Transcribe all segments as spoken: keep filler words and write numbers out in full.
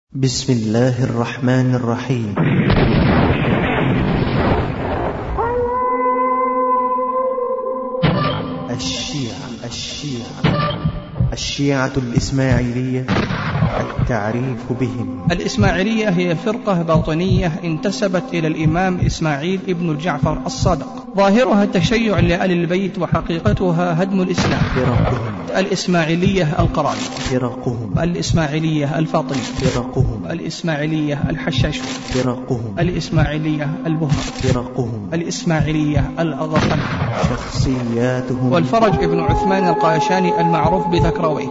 بسم الله الرحمن الرحيم. الشيعة الشيعة الشيعة الإسماعيلية. التعريف بهم. الإسماعيلية هي فرقة باطنية انتسبت إلى الإمام إسماعيل ابن الجعفر الصادق، ظاهرها التشيع لآل البيت وحقيقتها هدم الإسلام. فرقهم. الإسماعيلية القرامطة. فرقهم. الإسماعيلية الفاطمية. فرقهم. الإسماعيلية الحشاشون. فرقهم. الإسماعيلية البهرة. فرقهم. الإسماعيلية الأغاخان. شخصياتهم. والفرج ابن عثمان القاشاني المعروف بذكرويه.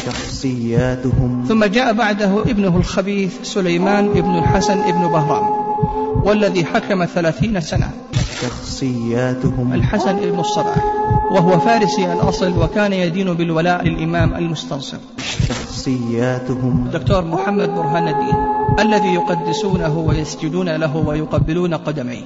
شخصياتهم. ثم جاء بعده ابنه الخبيث سليمان ابن الحسن ابن بهرام، والذي حكم ثلاثين سنة. شخصياتهم. الحسن ابن الصباح، وهو فارسي الأصل وكان يدين بالولاء للإمام المستنصر. شخصياتهم. دكتور محمد برهان الدين، الذي يقدسونه ويسجدون له ويقبلون قدميه.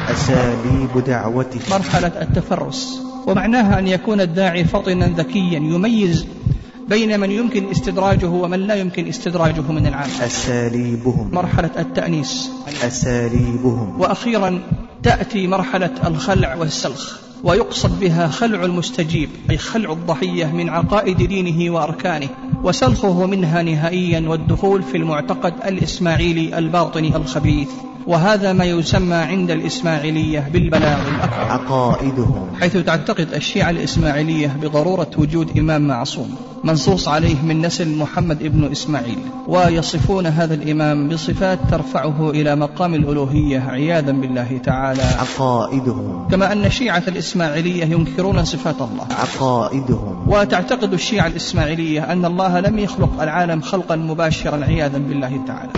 أساليب دعوته. مرحلة التفرس، ومعناها أن يكون الداعي فطنا ذكيا يميز بين من يمكن استدراجه ومن لا يمكن استدراجه من العام. أساليبهم. مرحلة التأنيس. أساليبهم. وأخيرا تأتي مرحلة الخلع والسلخ، ويقصد بها خلع المستجيب، أي خلع الضحية من عقائد دينه وأركانه، وسلخه منها نهائيا، والدخول في المعتقد الإسماعيلي الباطني الخبيث. وهذا ما يسمى عند الإسماعيلية بالبلاغ الأكبر. عقائدهم. حيث تعتقد الشيعة الإسماعيلية بضرورة وجود إمام معصوم منصوص عليه من نسل محمد ابن إسماعيل، ويصفون هذا الإمام بصفات ترفعه إلى مقام الألوهية عياذا بالله تعالى. عقائدهم. كما أن الشيعة الإسماعيلية ينكرون صفات الله. عقائدهم. وتعتقد الشيعة الإسماعيلية أن الله لم يخلق العالم خلقا مباشرا عياذا بالله تعالى.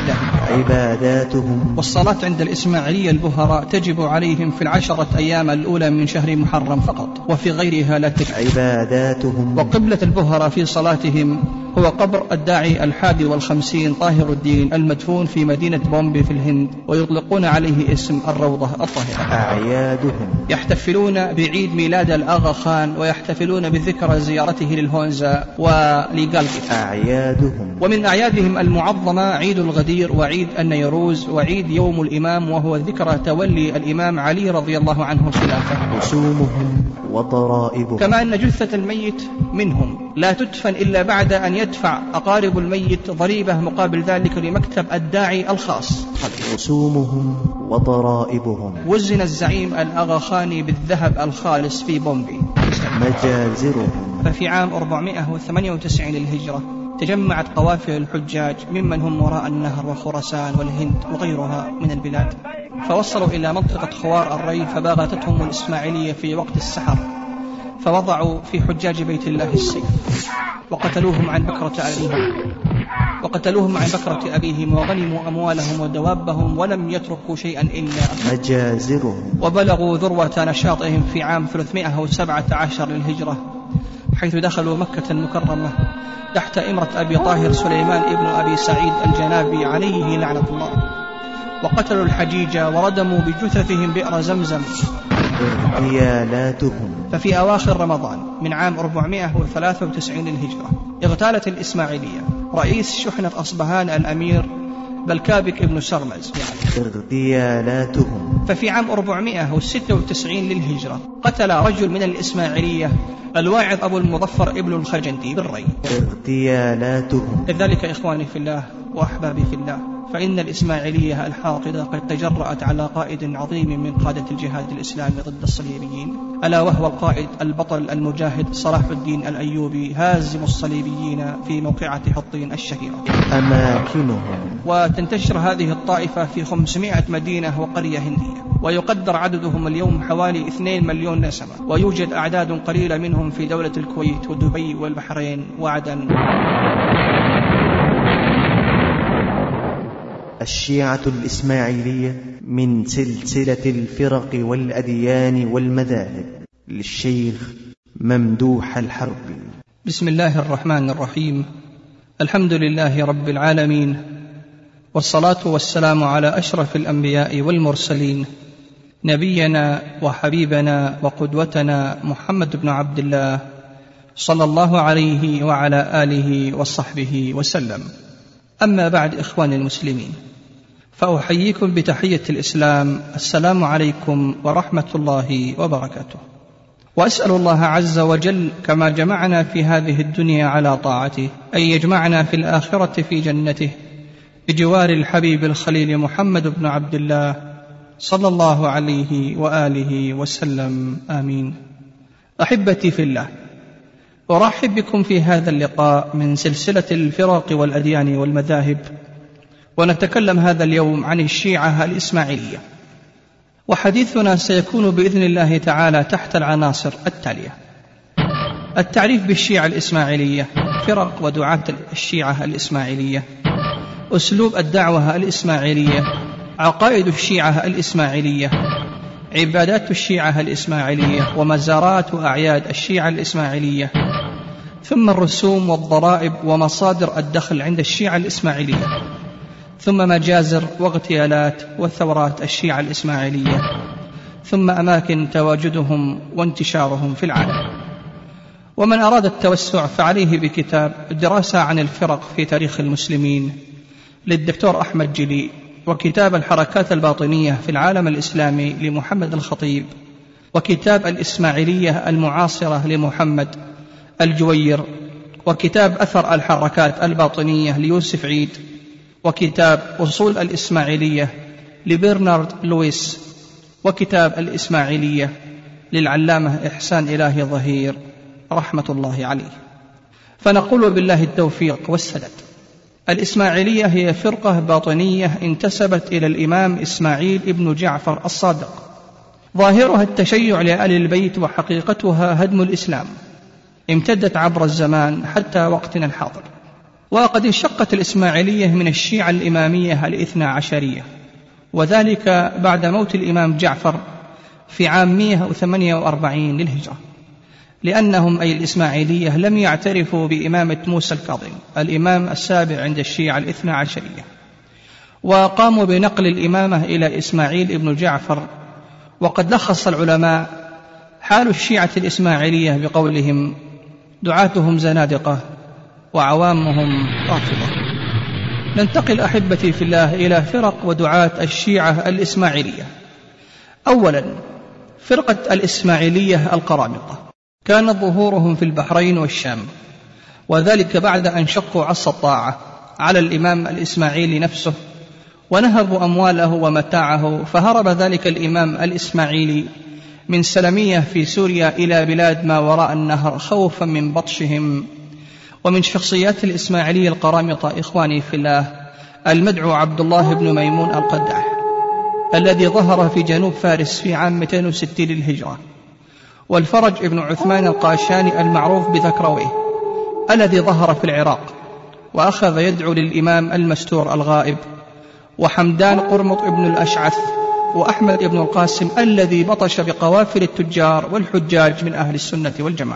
عباداتهم. والصلاة عند الإسماعيلية البهراء تجب عليهم في العشرة أيام الأولى من شهر محرم فقط، وفي غيرها لا تجب. عباداتهم. وقبلة البهراء في صلاتهم هو قبر الداعي الحادي والخمسين طاهر الدين المدفون في مدينة بومبي في الهند، ويطلقون عليه اسم الروضة الطاهرة. أعيادهم. يحتفلون بعيد ميلاد الآغا خان، ويحتفلون بذكرى زيارته للهونزا ولقلقة. أعيادهم. ومن أعيادهم المعظمة عيد الغدير وعيد النيروز وعيد يوم الإمام، وهو ذكرى تولي الإمام علي رضي الله عنه الخلافة. رسومهم وضرائبهم. كما أن جثة الميت منهم لا تدفن إلا بعد أن يدفع أقارب الميت ضريبة مقابل ذلك لمكتب الداعي الخاص. رسومهم وضرائبهم. وزن الزعيم الأغاخاني بالذهب الخالص في بومبي. مجازرهم. ففي عام أربعمائة وثمانية وتسعين للهجرة تجمعت قوافل الحجاج ممن هم وراء النهر وخراسان والهند وغيرها من البلاد، فوصلوا إلى منطقة خوار الري، فباغتتهم الإسماعيلية في وقت السحر، فوضعوا في حجاج بيت الله السيف، وقتلوهم عن بكرة أبيهم وقتلوهم عن بكرة أبيهم وغنموا أموالهم ودوابهم، ولم يتركوا شيئا إلا مجازرهم. وبلغوا ذروة نشاطهم في عام ثلاثمائة وسبعة عشر للهجرة، حيث دخلوا مكة المكرمة تحت إمرة أبي طاهر سليمان ابن أبي سعيد الجنابي عليه لعنة الله، وقتلوا الحجيج وردموا بجثثهم بئر زمزم. اغتيالاتهم. ففي أواخر رمضان من عام أربعمائة وثلاثة وتسعين للهجرة اغتالت الإسماعيلية رئيس شحنة أصبهان الأمير بلكابك ابن سرمز. اغتيالاتهم. ففي عام أربعمائة وستة وتسعين للهجرة قتل رجل من الإسماعيلية الواعظ أبو المظفر ابن الخجندي بالري. اغتيالاتهم. كذلك إخواني في الله وأحبابي في الله، فإن الإسماعيلية الحاقدة قد تجرأت على قائد عظيم من قادة الجهاد الإسلامي ضد الصليبيين، ألا وهو القائد البطل المجاهد صلاح الدين الأيوبي هازم الصليبيين في موقعة حطين الشهيرة. أماكنهم. وتنتشر هذه الطائفة في خمسمائة مدينة وقرية هندية، ويقدر عددهم اليوم حوالي اثنين مليون نسمة، ويوجد أعداد قليلة منهم في دولة الكويت ودبي والبحرين وعدن. الشيعة الإسماعيلية من سلسلة الفرق والأديان والمذاهب، للشيخ ممدوح الحربي. بسم الله الرحمن الرحيم. الحمد لله رب العالمين، والصلاة والسلام على أشرف الأنبياء والمرسلين، نبينا وحبيبنا وقدوتنا محمد بن عبد الله صلى الله عليه وعلى آله وصحبه وسلم. أما بعد إخواني المسلمين، فأحييكم بتحية الإسلام: السلام عليكم ورحمة الله وبركاته. وأسأل الله عز وجل كما جمعنا في هذه الدنيا على طاعته أن يجمعنا في الآخرة في جنته بجوار الحبيب الخليل محمد بن عبد الله صلى الله عليه وآله وسلم، آمين. أحبتي في الله، أرحب بكم في هذا اللقاء من سلسلة الفرق والأديان والمذاهب، ونتكلم هذا اليوم عن الشيعة الإسماعيلية، وحديثنا سيكون بإذن الله تعالى تحت العناصر التالية: التعريف بالشيعة الإسماعيلية، فرق ودعاة الشيعة الإسماعيلية، أسلوب الدعوة الإسماعيلية، عقائد الشيعة الإسماعيلية، عبادات الشيعة الإسماعيلية ومزارات وأعياد الشيعة الإسماعيلية، ثم الرسوم والضرائب ومصادر الدخل عند الشيعة الإسماعيلية، ثم مجازر واغتيالات وثورات الشيعة الإسماعيلية، ثم أماكن تواجدهم وانتشارهم في العالم. ومن أراد التوسع فعليه بكتاب دراسة عن الفرق في تاريخ المسلمين للدكتور أحمد جلي، وكتاب الحركات الباطنية في العالم الإسلامي لمحمد الخطيب، وكتاب الإسماعيلية المعاصرة لمحمد الجوير، وكتاب أثر الحركات الباطنية ليوسف عيد، وكتاب أصول الإسماعيلية لبرنارد لويس، وكتاب الإسماعيلية للعلامة إحسان إلهي ظهير رحمة الله عليه. فنقول بالله التوفيق والسداد. الإسماعيلية هي فرقة باطنية انتسبت إلى الإمام إسماعيل ابن جعفر الصادق، ظاهرها التشيع لآل البيت، وحقيقتها هدم الإسلام، امتدت عبر الزمان حتى وقتنا الحاضر. وقد انشقت الإسماعيلية من الشيعة الإمامية الاثنى عشرية، وذلك بعد موت الإمام جعفر في عام مئة وثمانية وأربعين للهجرة، لأنهم أي الإسماعيلية لم يعترفوا بإمامة موسى الكاظم الإمام السابع عند الشيعة الاثنى عشرية، وقاموا بنقل الإمامة إلى إسماعيل ابن جعفر. وقد لخص العلماء حال الشيعة الإسماعيلية بقولهم: دعاتهم زنادقة وعوامهم رافضة. ننتقل أحبتي في الله إلى فرق ودعاة الشيعة الإسماعيلية. أولا، فرقة الإسماعيلية القرامطة، كان ظهورهم في البحرين والشام، وذلك بعد أن شقوا عصا الطاعة على الإمام الإسماعيلي نفسه ونهبوا أمواله ومتاعه، فهرب ذلك الإمام الإسماعيلي من سلمية في سوريا إلى بلاد ما وراء النهر خوفا من بطشهم. ومن شخصيات الإسماعيلية القرامطة إخواني في الله المدعو عبد الله بن ميمون القداح، الذي ظهر في جنوب فارس في عام مئتين وستين للهجرة، والفرج بن عثمان القاشاني المعروف بذكرويه، الذي ظهر في العراق وأخذ يدعو للإمام المستور الغائب، وحمدان قرمط بن الأشعث، وأحمد بن القاسم الذي بطش بقوافل التجار والحجاج من أهل السنة والجماعة،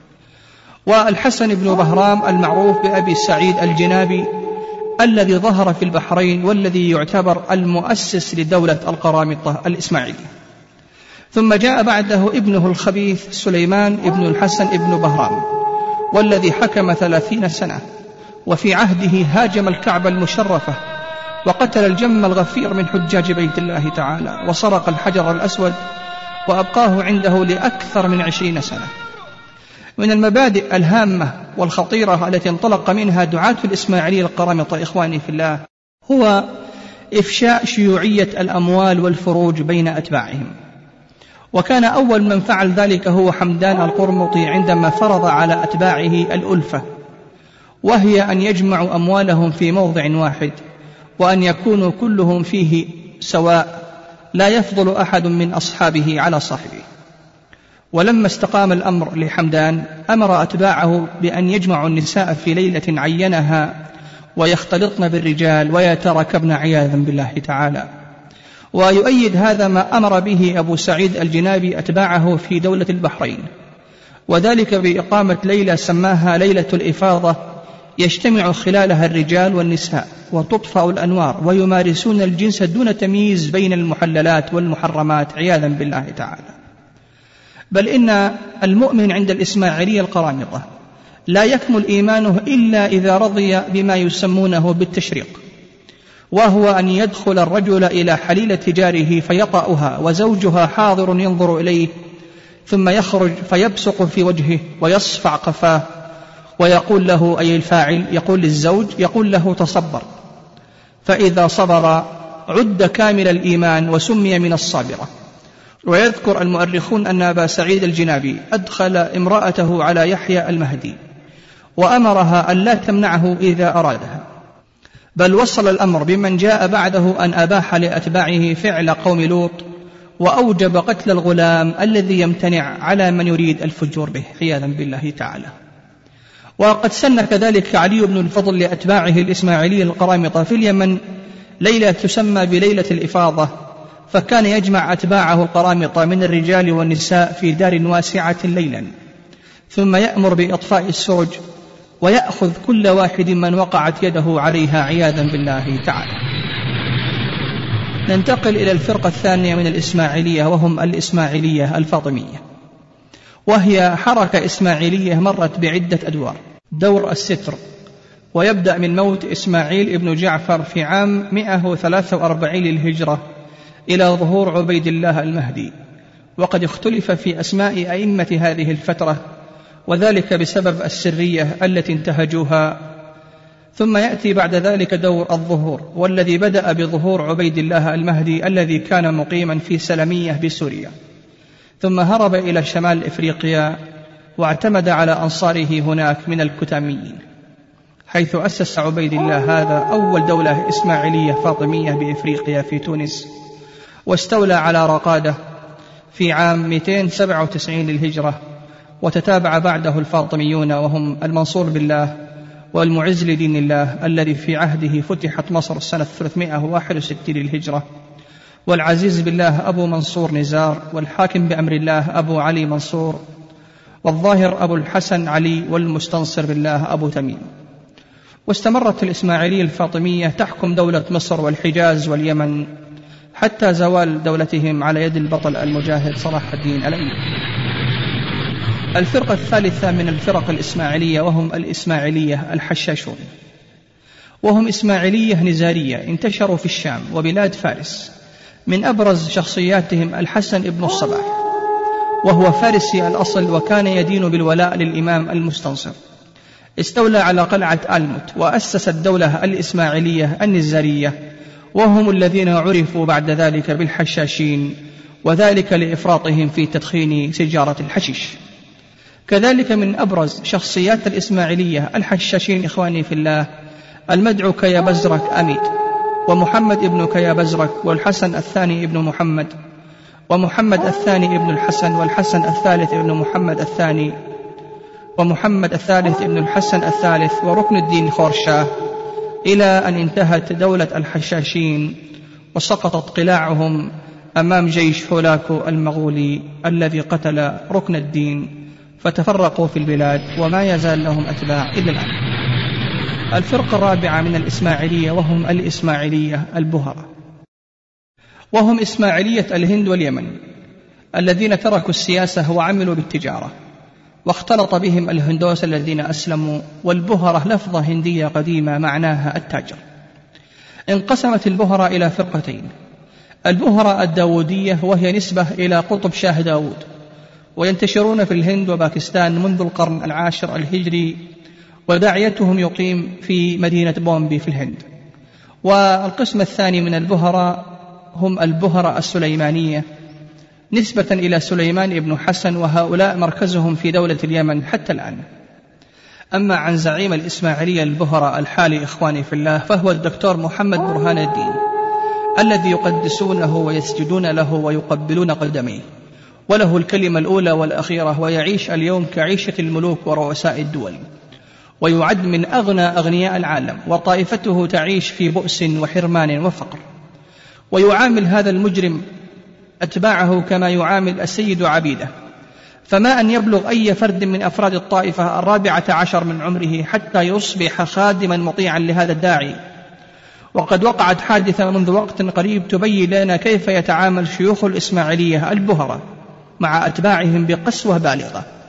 والحسن بن بهرام المعروف بأبي سعيد الجنابي الذي ظهر في البحرين، والذي يعتبر المؤسس لدولة القرامطة الإسماعيلية. ثم جاء بعده ابنه الخبيث سليمان ابن الحسن ابن بهرام، والذي حكم ثلاثين سنة، وفي عهده هاجم الكعبة المشرفة، وقتل الجم الغفير من حجاج بيت الله تعالى، وسرق الحجر الأسود وأبقاه عنده لأكثر من عشرين سنة. من المبادئ الهامة والخطيرة التي انطلق منها دعاة الإسماعيلية القرامطة إخواني في الله هو إفشاء شيوعية الأموال والفروج بين أتباعهم، وكان أول من فعل ذلك هو حمدان القرمطي عندما فرض على أتباعه الألفة، وهي أن يجمعوا أموالهم في موضع واحد، وأن يكونوا كلهم فيه سواء، لا يفضل أحد من أصحابه على صاحبه. ولما استقام الأمر لحمدان أمر أتباعه بأن يجمعوا النساء في ليلة عينها ويختلطن بالرجال ويتركبن عياذا بالله تعالى. ويؤيد هذا ما أمر به أبو سعيد الجنابي أتباعه في دولة البحرين، وذلك بإقامة ليلة سماها ليلة الإفاضة، يجتمع خلالها الرجال والنساء وتطفأ الأنوار ويمارسون الجنس دون تمييز بين المحللات والمحرمات عياذا بالله تعالى. بل إن المؤمن عند الإسماعيلية القرامطة لا يكمل إيمانه إلا إذا رضي بما يسمونه بالتشريق، وهو أن يدخل الرجل إلى حليلة جاره فيطأها وزوجها حاضر ينظر إليه، ثم يخرج فيبصق في وجهه ويصفع قفاه ويقول له، أي الفاعل يقول للزوج، يقول له تصبر، فإذا صبر عد كامل الإيمان وسمي من الصابرة. ويذكر المؤرخون أن أبا سعيد الجنابي أدخل امرأته على يحيى المهدي وأمرها أن لا تمنعه إذا أرادها، بل وصل الأمر بمن جاء بعده أن أباح لأتباعه فعل قوم لوط، وأوجب قتل الغلام الذي يمتنع على من يريد الفجور به عياذا بالله تعالى. وقد سن كذلك علي بن الفضل لأتباعه الإسماعيلي القرامطة في اليمن ليلة تسمى بليلة الإفاضة، فكان يجمع أتباعه القرامطة من الرجال والنساء في دار واسعة ليلا، ثم يأمر بإطفاء السرج ويأخذ كل واحد من وقعت يده عليها عياذا بالله تعالى. ننتقل إلى الفرقة الثانية من الإسماعيلية، وهم الإسماعيلية الفاطمية، وهي حركة إسماعيلية مرت بعدة أدوار. دور الستر، ويبدأ من موت إسماعيل ابن جعفر في عام مئة وثلاثة وأربعين للهجرة إلى ظهور عبيد الله المهدي، وقد اختلف في أسماء أئمة هذه الفترة، وذلك بسبب السرية التي انتهجوها. ثم يأتي بعد ذلك دور الظهور، والذي بدأ بظهور عبيد الله المهدي الذي كان مقيما في سلمية بسوريا، ثم هرب إلى شمال إفريقيا واعتمد على أنصاره هناك من الكتاميين، حيث أسس عبيد الله هذا أول دولة إسماعيلية فاطمية بإفريقيا في تونس، واستولى على رقادة في عام مئتين وسبعة وتسعين للهجرة، وتتابع بعده الفاطميون وهم المنصور بالله والمعز لدين الله الذي في عهده فتحت مصر سنة ثلاثمائة وواحد وستين للهجرة، والعزيز بالله أبو منصور نزار، والحاكم بأمر الله أبو علي منصور، والظاهر أبو الحسن علي، والمستنصر بالله أبو تميم. واستمرت الإسماعيلية الفاطمية تحكم دولة مصر والحجاز واليمن حتى زوال دولتهم على يد البطل المجاهد صلاح الدين الأيوبي. الفرقة الثالثة من الفرق الإسماعيلية وهم الإسماعيلية الحشاشون، وهم إسماعيلية نزارية انتشروا في الشام وبلاد فارس. من أبرز شخصياتهم الحسن ابن الصباح، وهو فارسي الأصل وكان يدين بالولاء للإمام المستنصر. استولى على قلعة آلموت وأسس الدولة الإسماعيلية النزارية، وهم الذين عرفوا بعد ذلك بالحشاشين، وذلك لإفراطهم في تدخين سجارة الحشيش. كذلك من أبرز شخصيات الإسماعيلية الحشاشين إخواني في الله المدعو كيا بزرك أميد، ومحمد ابن كيا بزرك، والحسن الثاني ابن محمد، ومحمد الثاني ابن الحسن، والحسن الثالث ابن محمد الثاني، ومحمد الثالث ابن الحسن الثالث، وركن الدين خورشاه، إلى أن انتهت دولة الحشاشين وسقطت قلاعهم أمام جيش هولاكو المغولي الذي قتل ركن الدين، فتفرقوا في البلاد وما يزال لهم أتباع إلى الآن. الفرقة الرابعة من الإسماعيلية وهم الإسماعيلية البهرة، وهم إسماعيلية الهند واليمن الذين تركوا السياسة وعملوا بالتجارة، واختلط بهم الهندوس الذين أسلموا. والبهرة لفظة هندية قديمة معناها التاجر. انقسمت البهرة إلى فرقتين: البهرة الداودية وهي نسبة إلى قطب شاه داود، وينتشرون في الهند وباكستان منذ القرن العاشر الهجري، وداعيتهم يقيم في مدينة بومبي في الهند. والقسم الثاني من البهرة هم البهرة السليمانية نسبة إلى سليمان بن حسن، وهؤلاء مركزهم في دولة اليمن حتى الآن. أما عن زعيم الإسماعيلية البهرة الحالي إخواني في الله فهو الدكتور محمد برهان الدين، الذي يقدسونه ويسجدون له ويقبلون قدميه، وله الكلمة الأولى والأخيرة، ويعيش اليوم كعيشة الملوك ورؤساء الدول، ويعد من أغنى أغنياء العالم، وطائفته تعيش في بؤس وحرمان وفقر. ويعامل هذا المجرم أتباعه كما يعامل السيد عبيده، فما أن يبلغ أي فرد من أفراد الطائفة الرابعة عشر من عمره حتى يصبح خادما مطيعا لهذا الداعي. وقد وقعت حادثة منذ وقت قريب تبين لنا كيف يتعامل شيوخ الإسماعيلية البهرة مع أتباعهم بقسوة بالغة،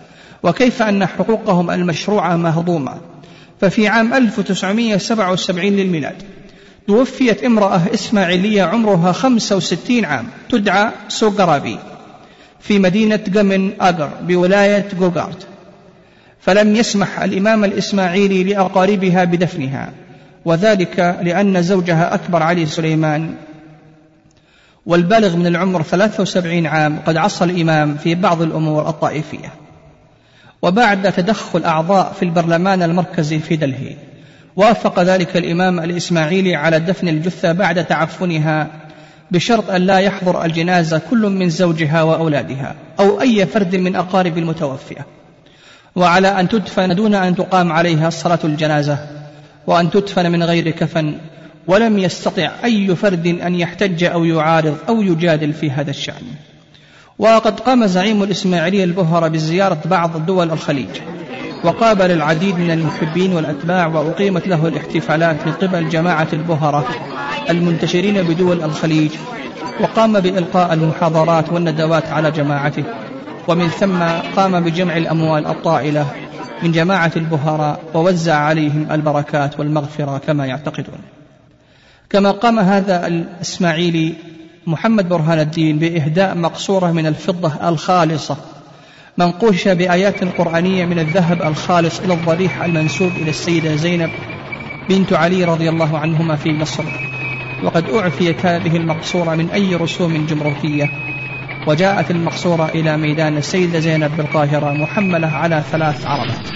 وكيف أن حقوقهم المشروعة مهضومة. ففي عام ألف وتسعمائة وسبعة وسبعين للميلاد توفيت امرأة إسماعيلية عمرها خمسة وستين عام تدعى سوغرابي في مدينة قمن آجر بولاية جوغارت، فلم يسمح الإمام الإسماعيلي لأقاربها بدفنها، وذلك لأن زوجها أكبر علي سليمان والبالغ من العمر ثلاثة وسبعين عام قد عصى الإمام في بعض الأمور الطائفية. وبعد تدخل أعضاء في البرلمان المركزي في دلهي وافق ذلك الإمام الإسماعيلي على دفن الجثة بعد تعفنها بشرط أن لا يحضر الجنازة كل من زوجها وأولادها أو أي فرد من أقارب المتوفية، وعلى أن تدفن دون أن تقام عليها صلاة الجنازة، وأن تدفن من غير كفن. ولم يستطع أي فرد أن يحتج أو يعارض أو يجادل في هذا الشأن. وقد قام زعيم الإسماعيلية البهرة بزيارة بعض دول الخليج وقابل العديد من المحبين والأتباع، وأقيمت له الاحتفالات من قبل جماعة البهرة المنتشرين بدول الخليج، وقام بإلقاء المحاضرات والندوات على جماعته، ومن ثم قام بجمع الأموال الطائلة من جماعة البهراء ووزع عليهم البركات والمغفرة كما يعتقدون. كما قام هذا الإسماعيلي محمد برهان الدين بإهداء مقصورة من الفضة الخالصة منقوشة بآيات قرآنية من الذهب الخالص إلى الضريح المنسوب إلى السيدة زينب بنت علي رضي الله عنهما في مصر، وقد أعفيت هذه المقصورة من أي رسوم جمركية، وجاءت المقصورة إلى ميدان السيدة زينب بالقاهرة محملة على ثلاث عربات.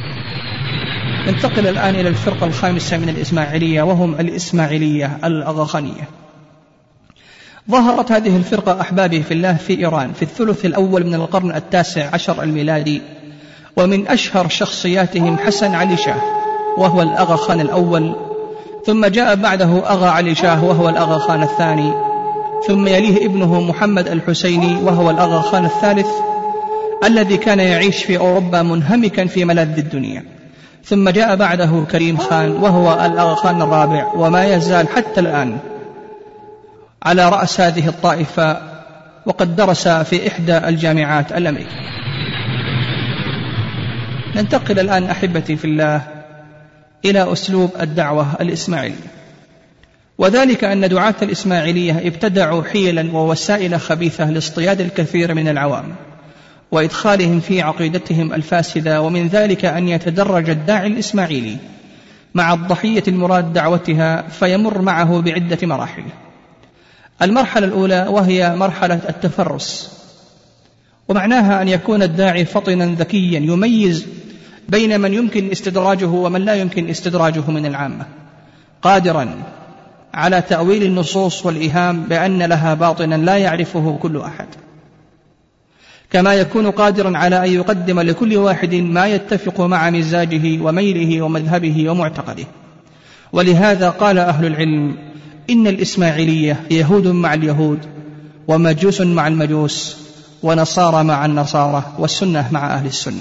ننتقل الآن إلى الفرقة الخامسة من الإسماعيلية، وهم الإسماعيلية الأغاخانية. ظهرت هذه الفرقة أحبابي في الله في إيران في الثلث الأول من القرن التاسع عشر الميلادي، ومن أشهر شخصياتهم حسن علي شاه وهو الأغا خان الأول، ثم جاء بعده أغا علي شاه وهو الأغا خان الثاني، ثم يليه ابنه محمد الحسيني وهو الأغا خان الثالث الذي كان يعيش في أوروبا منهمكا في ملاذ الدنيا، ثم جاء بعده كريم خان وهو الأغا خان الرابع، وما يزال حتى الآن على رأس هذه الطائفة، وقد درس في إحدى الجامعات الأمريكية. ننتقل الآن أحبتي في الله إلى أسلوب الدعوة الإسماعيلية، وذلك أن دعاة الإسماعيلية ابتدعوا حيلا ووسائل خبيثة لاصطياد الكثير من العوام وإدخالهم في عقيدتهم الفاسدة، ومن ذلك أن يتدرج الداعي الإسماعيلي مع الضحية المراد دعوتها فيمر معه بعدة مراحل. المرحلة الأولى وهي مرحلة التفرس، ومعناها أن يكون الداعي فطنا ذكيا يميز بين من يمكن استدراجه ومن لا يمكن استدراجه من العامة، قادرا على تأويل النصوص والإيهام بأن لها باطنا لا يعرفه كل أحد، كما يكون قادرا على أن يقدم لكل واحد ما يتفق مع مزاجه وميله ومذهبه ومعتقده. ولهذا قال أهل العلم إن الإسماعيلية يهود مع اليهود، ومجوس مع المجوس، ونصارى مع النصارى، والسنة مع أهل السنة.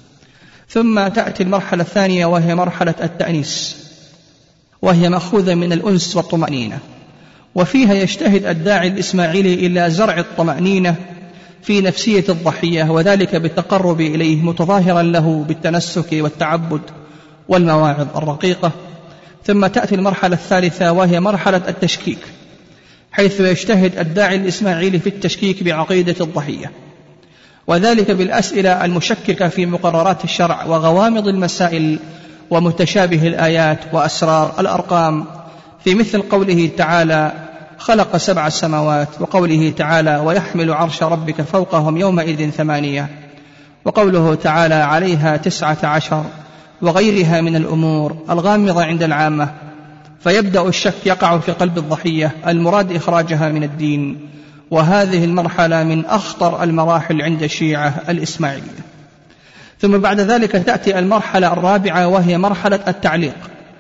ثم تأتي المرحلة الثانية وهي مرحلة التأنيس، وهي مأخوذة من الأنس والطمأنينة، وفيها يجتهد الداعي الإسماعيلي إلى زرع الطمأنينة في نفسية الضحية، وذلك بالتقرب إليه متظاهرا له بالتنسك والتعبد والمواعظ الرقيقة. ثم تأتي المرحلة الثالثة وهي مرحلة التشكيك، حيث يجتهد الداعي الإسماعيلي في التشكيك بعقيدة الضحية، وذلك بالأسئلة المشككة في مقررات الشرع وغوامض المسائل ومتشابه الآيات وأسرار الأرقام، في مثل قوله تعالى خلق سبع سماوات، وقوله تعالى ويحمل عرش ربك فوقهم يومئذ ثمانية، وقوله تعالى عليها تسعة عشر، وغيرها من الأمور الغامضة عند العامة. فيبدأ الشك يقع في قلب الضحية المراد إخراجها من الدين، وهذه المرحلة من أخطر المراحل عند الشيعة الإسماعيلية. ثم بعد ذلك تأتي المرحلة الرابعة وهي مرحلة التعليق،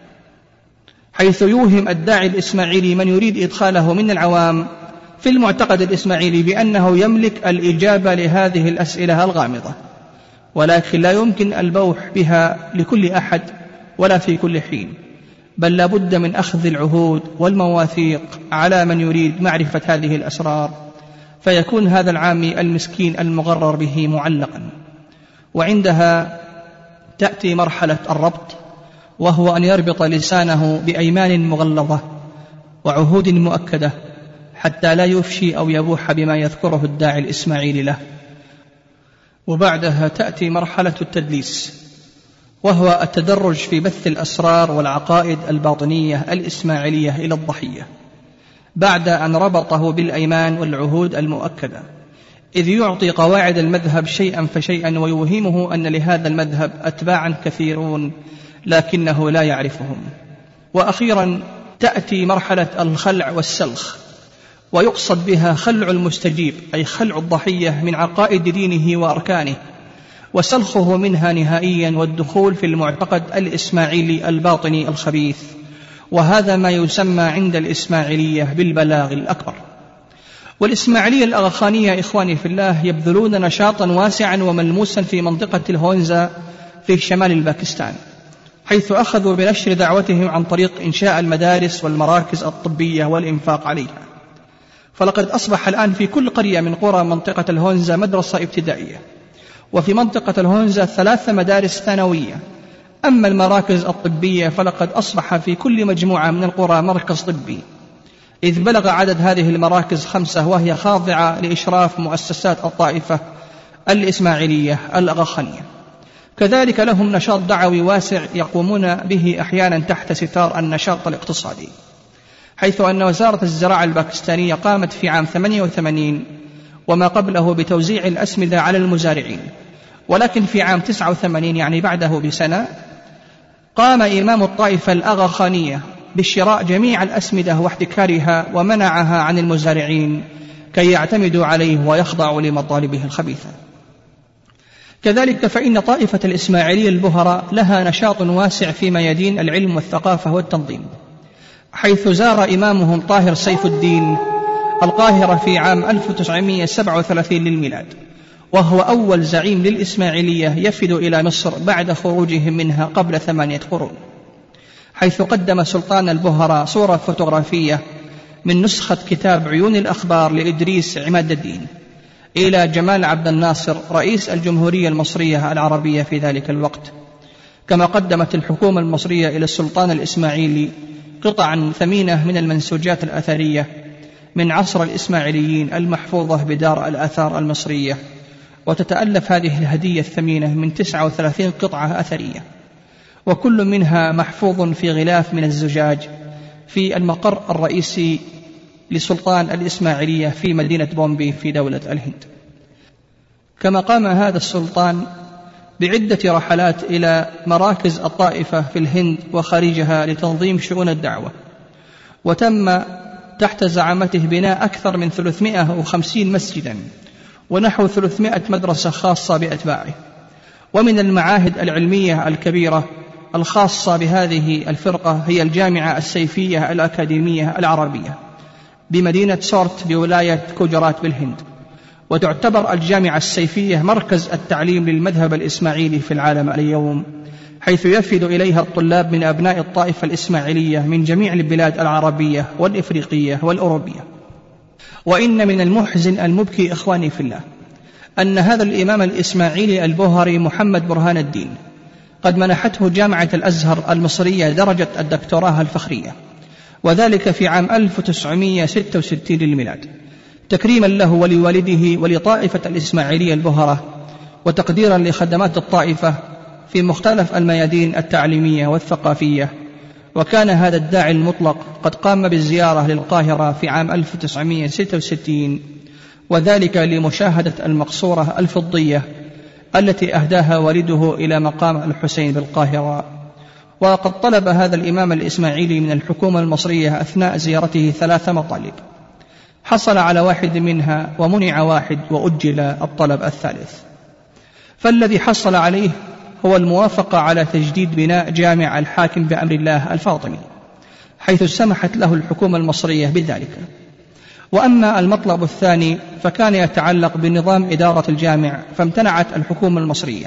حيث يوهم الداعي الإسماعيلي من يريد إدخاله من العوام في المعتقد الإسماعيلي بأنه يملك الإجابة لهذه الأسئلة الغامضة، ولكن لا يمكن البوح بها لكل أحد ولا في كل حين، بل لا بد من أخذ العهود والمواثيق على من يريد معرفة هذه الأسرار، فيكون هذا العامي المسكين المغرر به معلقا. وعندها تأتي مرحلة الربط، وهو أن يربط لسانه بأيمان مغلظة وعهود مؤكدة حتى لا يفشي أو يبوح بما يذكره الداعي الإسماعيلي له. وبعدها تأتي مرحلة التدليس، وهو التدرج في بث الأسرار والعقائد الباطنية الإسماعيلية إلى الضحية بعد أن ربطه بالأيمان والعهود المؤكدة، إذ يعطي قواعد المذهب شيئا فشيئا ويوهمه أن لهذا المذهب أتباعا كثيرون لكنه لا يعرفهم. وأخيرا تأتي مرحلة الخلع والسلخ، ويقصد بها خلع المستجيب أي خلع الضحية من عقائد دينه وأركانه وسلخه منها نهائيا والدخول في المعتقد الإسماعيلي الباطني الخبيث، وهذا ما يسمى عند الإسماعيلية بالبلاغ الأكبر. والإسماعيلية الأغاخانية إخواني في الله يبذلون نشاطا واسعا وملموسا في منطقة الهونزا في شمال الباكستان، حيث أخذوا بنشر دعوتهم عن طريق إنشاء المدارس والمراكز الطبية والإنفاق عليها. فلقد أصبح الآن في كل قرية من قرى منطقة الهونزا مدرسة ابتدائية، وفي منطقة الهونزا ثلاث مدارس ثانوية. أما المراكز الطبية فلقد أصبح في كل مجموعة من القرى مركز طبي، إذ بلغ عدد هذه المراكز خمسة، وهي خاضعة لإشراف مؤسسات الطائفة الإسماعيلية الأغاخانية. كذلك لهم نشاط دعوي واسع يقومون به أحيانا تحت ستار النشاط الاقتصادي، حيث أن وزارة الزراعة الباكستانية قامت في عام ثمانية وثمانين وما قبله بتوزيع الأسمدة على المزارعين، ولكن في عام تسعة وثمانين يعني بعده بسنة قام إمام الطائفة الأغاخانية بشراء جميع الأسمدة واحتكارها ومنعها عن المزارعين كي يعتمدوا عليه ويخضعوا لمطالبه الخبيثة. كذلك فإن طائفة الإسماعيلية البهراء لها نشاط واسع في ميادين العلم والثقافة والتنظيم، حيث زار إمامهم طاهر سيف الدين القاهرة في عام ألف وتسعمائة وسبعة وثلاثين للميلاد، وهو أول زعيم للإسماعيلية يفد إلى مصر بعد خروجهم منها قبل ثمانية قرون، حيث قدم سلطان البهراء صورة فوتوغرافية من نسخة كتاب عيون الأخبار لإدريس عماد الدين إلى جمال عبد الناصر رئيس الجمهورية المصرية العربية في ذلك الوقت. كما قدمت الحكومة المصرية إلى السلطان الإسماعيلي قطعا ثمينة من المنسوجات الأثرية من عصر الإسماعيليين المحفوظة بدار الآثار المصرية، وتتألف هذه الهدية الثمينة من تسعة وثلاثين قطعة أثرية، وكل منها محفوظ في غلاف من الزجاج في المقر الرئيسي لسلطان الإسماعيلية في مدينة بومبي في دولة الهند. كما قام هذا السلطان بعدة رحلات إلى مراكز الطائفة في الهند وخارجها لتنظيم شؤون الدعوة، وتم تحت زعامته بناء أكثر من ثلاثمائة وخمسين مسجدا ونحو ثلاثمائة مدرسة خاصة بأتباعه. ومن المعاهد العلمية الكبيرة الخاصة بهذه الفرقة هي الجامعة السيفية الأكاديمية العربية بمدينة سورت بولاية كوجرات بالهند، وتعتبر الجامعة السيفية مركز التعليم للمذهب الإسماعيلي في العالم اليوم، حيث يفد إليها الطلاب من أبناء الطائفة الإسماعيلية من جميع البلاد العربية والإفريقية والأوروبية. وإن من المحزن المبكي إخواني في الله أن هذا الإمام الإسماعيلي البهري محمد برهان الدين قد منحته جامعة الأزهر المصرية درجة الدكتوراه الفخرية، وذلك في عام ألف وتسعمائة وستة وستين للميلاد، تكريما له ولوالده ولطائفة الإسماعيلية البهرة، وتقديرا لخدمات الطائفة في مختلف الميادين التعليمية والثقافية. وكان هذا الداعي المطلق قد قام بالزيارة للقاهرة في عام ألف وتسعمائة وستة وستين، وذلك لمشاهدة المقصورة الفضية التي أهداها والده إلى مقام الحسين بالقاهرة. وقد طلب هذا الإمام الإسماعيلي من الحكومة المصرية أثناء زيارته ثلاث مطالب، حصل على واحد منها ومنع واحد وأجل الطلب الثالث. فالذي حصل عليه هو الموافقة على تجديد بناء جامع الحاكم بأمر الله الفاطمي، حيث سمحت له الحكومة المصرية بذلك. وأما المطلب الثاني فكان يتعلق بنظام إدارة الجامع، فامتنعت الحكومة المصرية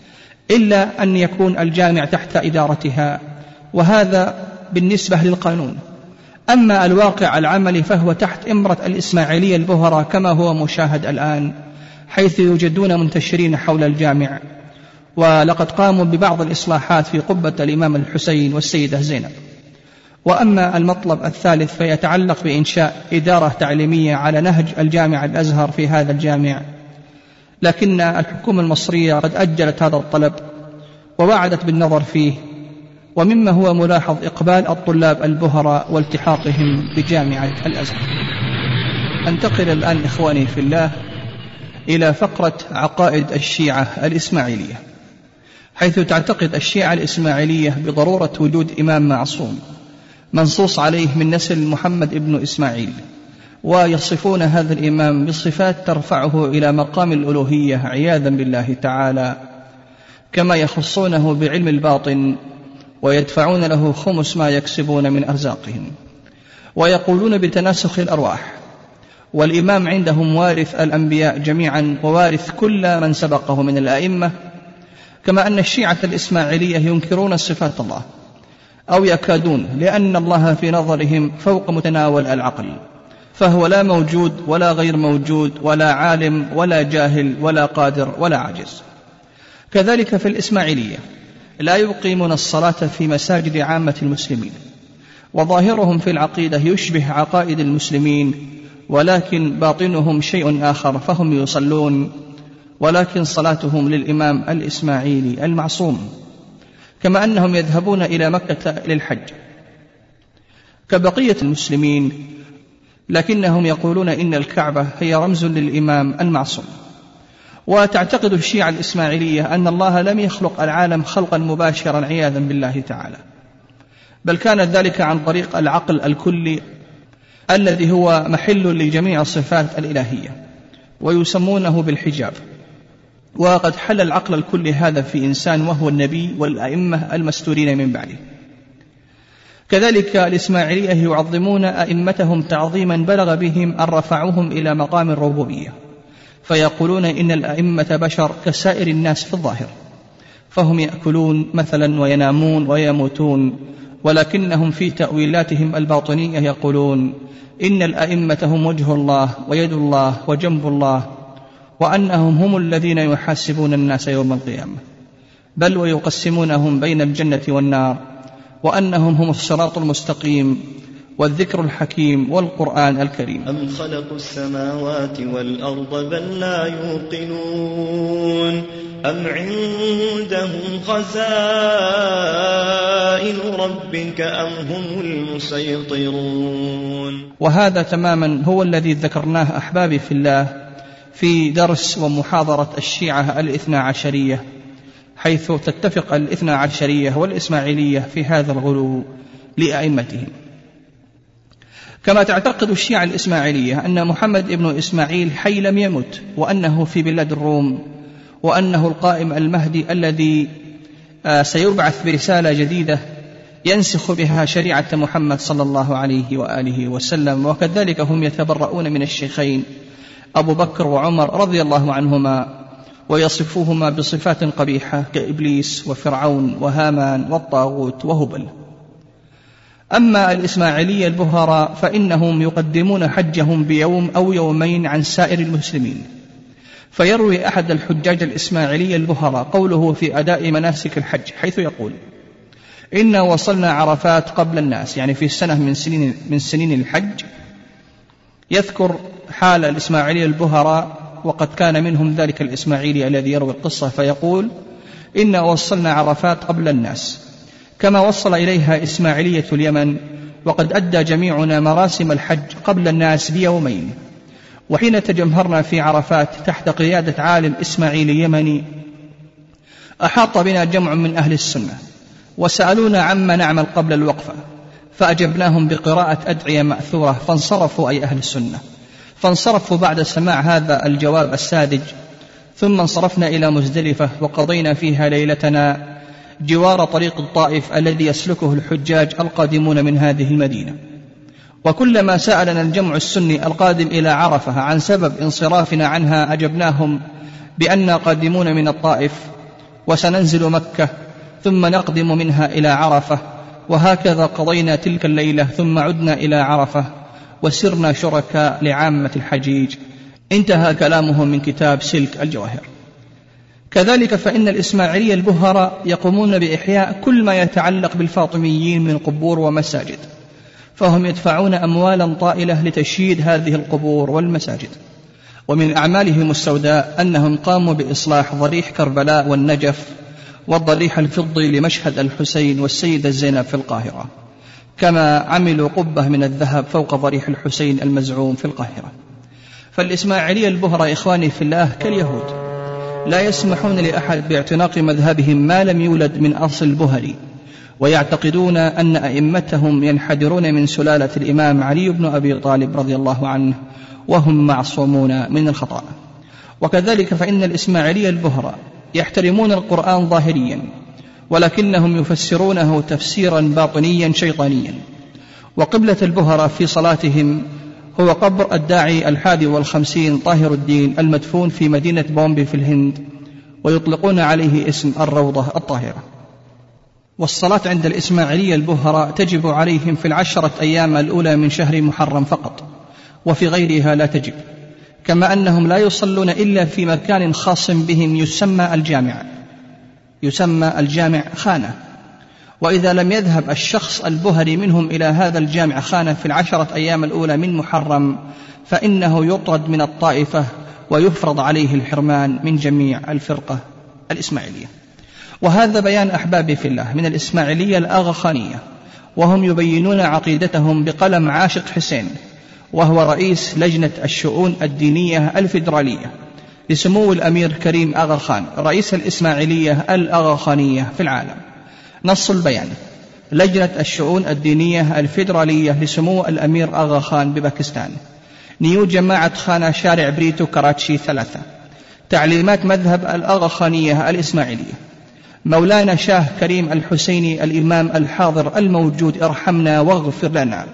إلا أن يكون الجامع تحت إدارتها، وهذا بالنسبة للقانون. أما الواقع العملي فهو تحت إمرة الإسماعيلية البهرة كما هو مشاهد الآن، حيث يوجدون منتشرين حول الجامع ولقد قاموا ببعض الإصلاحات في قبة الإمام الحسين والسيدة زينب. وأما المطلب الثالث فيتعلق بإنشاء إدارة تعليمية على نهج الجامع الأزهر في هذا الجامع، لكن الحكومة المصرية قد أجلت هذا الطلب ووعدت بالنظر فيه، ومما هو ملاحظ إقبال الطلاب البهراء والتحاقهم بجامعة الأزهر. أنتقل الآن إخواني في الله إلى فقرة عقائد الشيعة الإسماعيلية، حيث تعتقد الشيعة الإسماعيلية بضرورة وجود إمام معصوم منصوص عليه من نسل محمد ابن إسماعيل، ويصفون هذا الإمام بصفات ترفعه إلى مقام الألوهية عياذا بالله تعالى، كما يخصونه بعلم الباطن ويدفعون له خمس ما يكسبون من أرزاقهم، ويقولون بتناسخ الأرواح، والإمام عندهم وارث الأنبياء جميعا ووارث كل من سبقه من الأئمة، كما أن الشيعة الإسماعيلية ينكرون صفات الله أو يكادون، لأن الله في نظرهم فوق متناول العقل، فهو لا موجود ولا غير موجود ولا عالم ولا جاهل ولا قادر ولا عاجز. كذلك في الإسماعيلية لا يقيمون الصلاة في مساجد عامة المسلمين، وظاهرهم في العقيدة يشبه عقائد المسلمين، ولكن باطنهم شيء آخر، فهم يصلون ولكن صلاتهم للإمام الإسماعيلي المعصوم، كما أنهم يذهبون إلى مكة للحج كبقية المسلمين، لكنهم يقولون إن الكعبة هي رمز للإمام المعصوم. وتعتقد الشيعة الإسماعيلية أن الله لم يخلق العالم خلقا مباشرا عياذا بالله تعالى، بل كان ذلك عن طريق العقل الكلي الذي هو محل لجميع الصفات الإلهية، ويسمونه بالحجاب. وقد حل العقل الكلي هذا في إنسان وهو النبي والأئمة المستورين من بعده. كذلك الإسماعيلية يعظمون أئمتهم تعظيما بلغ بهم أن رفعوهم إلى مقام الربوبية، فيقولون إن الأئمة بشر كسائر الناس في الظاهر، فهم يأكلون مثلا وينامون ويموتون، ولكنهم في تأويلاتهم الباطنية يقولون إن الأئمة هم وجه الله ويد الله وجنب الله، وأنهم هم الذين يحاسبون الناس يوم القيامة، بل ويقسمونهم بين الجنة والنار، وأنهم هم الصراط المستقيم والذكر الحكيم والقرآن الكريم. أم خلقوا السماوات والأرض بل لا يوقنون أم عندهم خزائن ربك أم هم المسيطرون. وهذا تماما هو الذي ذكرناه أحبابي في الله في درس ومحاضرة الشيعة الاثنى عشرية، حيث تتفق الاثنى عشرية والإسماعيلية في هذا الغلو لأئمتهم. كما تعتقد الشيعة الإسماعيلية أن محمد ابن إسماعيل حي لم يمت، وأنه في بلاد الروم، وأنه القائم المهدي الذي سيبعث برسالة جديدة ينسخ بها شريعة محمد صلى الله عليه وآله وسلم. وكذلك هم يتبرؤون من الشيخين أبو بكر وعمر رضي الله عنهما، ويصفوهما بصفات قبيحة كإبليس وفرعون وهامان والطاغوت وهبل. أما الإسماعيلية البهراء فإنهم يقدمون حجهم بيوم أو يومين عن سائر المسلمين، فيروي أحد الحجاج الإسماعيلية البهراء قوله في أداء مناسك الحج، حيث يقول إنا وصلنا عرفات قبل الناس، يعني في سنة من سنين, من سنين الحج. يذكر حال الإسماعيلية البهراء، وقد كان منهم ذلك الإسماعيلي الذي يروي القصة، فيقول إنا وصلنا عرفات قبل الناس كما وصل إليها إسماعيلية اليمن، وقد أدى جميعنا مراسم الحج قبل الناس بيومين. وحين تجمهرنا في عرفات تحت قيادة عالم إسماعيلي يمني، أحاط بنا جمع من أهل السنة وسألونا عما نعمل قبل الوقفة، فأجبناهم بقراءة أدعية مأثورة، فانصرفوا أي أهل السنة، فانصرفوا بعد سماع هذا الجواب الساذج. ثم انصرفنا إلى مزدلفة وقضينا فيها ليلتنا جوار طريق الطائف الذي يسلكه الحجاج القادمون من هذه المدينة. وكلما سألنا الجمع السني القادم إلى عرفة عن سبب انصرافنا عنها أجبناهم بأننا قادمون من الطائف وسننزل مكة ثم نقدم منها إلى عرفة، وهكذا قضينا تلك الليلة ثم عدنا إلى عرفة وسرنا شركاء لعامة الحجيج. انتهى كلامهم من كتاب سلك الجواهر. كذلك فإن الإسماعيلية البهراء يقومون بإحياء كل ما يتعلق بالفاطميين من قبور ومساجد، فهم يدفعون أموالا طائلة لتشييد هذه القبور والمساجد. ومن أعمالهم السوداء أنهم قاموا بإصلاح ضريح كربلاء والنجف والضريح الفضي لمشهد الحسين والسيدة زينب في القاهرة، كما عملوا قبة من الذهب فوق ضريح الحسين المزعوم في القاهرة. فالإسماعيلية البهراء إخواني في الله كاليهود، لا يسمحون لأحد باعتناق مذهبهم ما لم يولد من أصل بهري، ويعتقدون أن أئمتهم ينحدرون من سلالة الإمام علي بن أبي طالب رضي الله عنه، وهم معصومون من الخطأ. وكذلك فإن الإسماعيلية البهراء يحترمون القرآن ظاهريا، ولكنهم يفسرونه تفسيرا باطنيا شيطانيا. وقبلة البهراء في صلاتهم هو قبر الداعي الحادي والخمسين طاهر الدين المدفون في مدينة بومبي في الهند، ويطلقون عليه اسم الروضة الطاهرة. والصلاة عند الإسماعيلية البهراء تجب عليهم في العشرة أيام الأولى من شهر محرم فقط، وفي غيرها لا تجب، كما أنهم لا يصلون إلا في مكان خاص بهم يسمى الجامع، يسمى الجامع خانة. وإذا لم يذهب الشخص البهري منهم إلى هذا الجامع خانة في العشرة أيام الأولى من محرم فإنه يطرد من الطائفة ويفرض عليه الحرمان من جميع الفرقة الإسماعيلية. وهذا بيان أحبابي في الله من الإسماعيلية الآغاخانية، وهم يبينون عقيدتهم بقلم عاشق حسين، وهو رئيس لجنة الشؤون الدينية الفيدرالية لسمو الأمير كريم آغا خان رئيس الإسماعيلية الآغاخانية في العالم. نص البيان: لجنة الشؤون الدينية الفيدرالية لسمو الأمير آغا خان بباكستان، نيو جماعة خانة، شارع بريتو، كراتشي ثلاثة. تعليمات مذهب الآغاخانية الإسماعيلية: مولانا شاه كريم الحسيني الإمام الحاضر الموجود، ارحمنا واغفر لنا.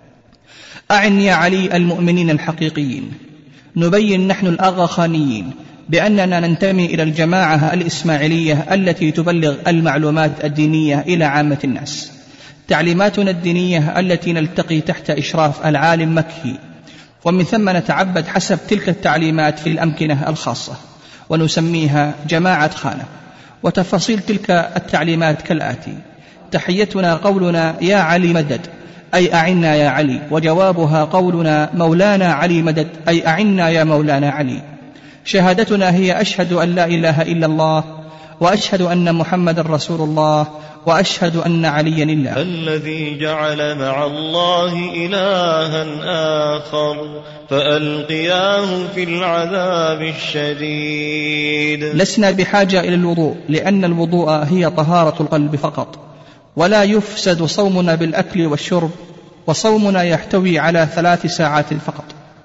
أعن يا علي المؤمنين الحقيقيين. نبين نحن الآغاخانيين بأننا ننتمي إلى الجماعة الإسماعيلية التي تبلغ المعلومات الدينية إلى عامة الناس. تعليماتنا الدينية التي نلتقي تحت إشراف العالم مكي، ومن ثم نتعبد حسب تلك التعليمات في الأمكنة الخاصة، ونسميها جماعة خانة. وتفاصيل تلك التعليمات كالآتي: تحيتنا قولنا يا علي مدد، أي أعنا يا علي، وجوابها قولنا مولانا علي مدد، أي أعنا يا مولانا علي. شهادتنا هي أشهد أن لا إله إلا الله، وأشهد أن محمد رسول الله، وأشهد أن عليا الله. الذي جعل مع الله إلها آخر فألقياه في العذاب الشديد. لسنا بحاجة إلى الوضوء، لأن الوضوء هي طهارة القلب فقط، ولا يفسد صومنا بالأكل والشرب، وصومنا يحتوي على ثلاث ساعات فقط.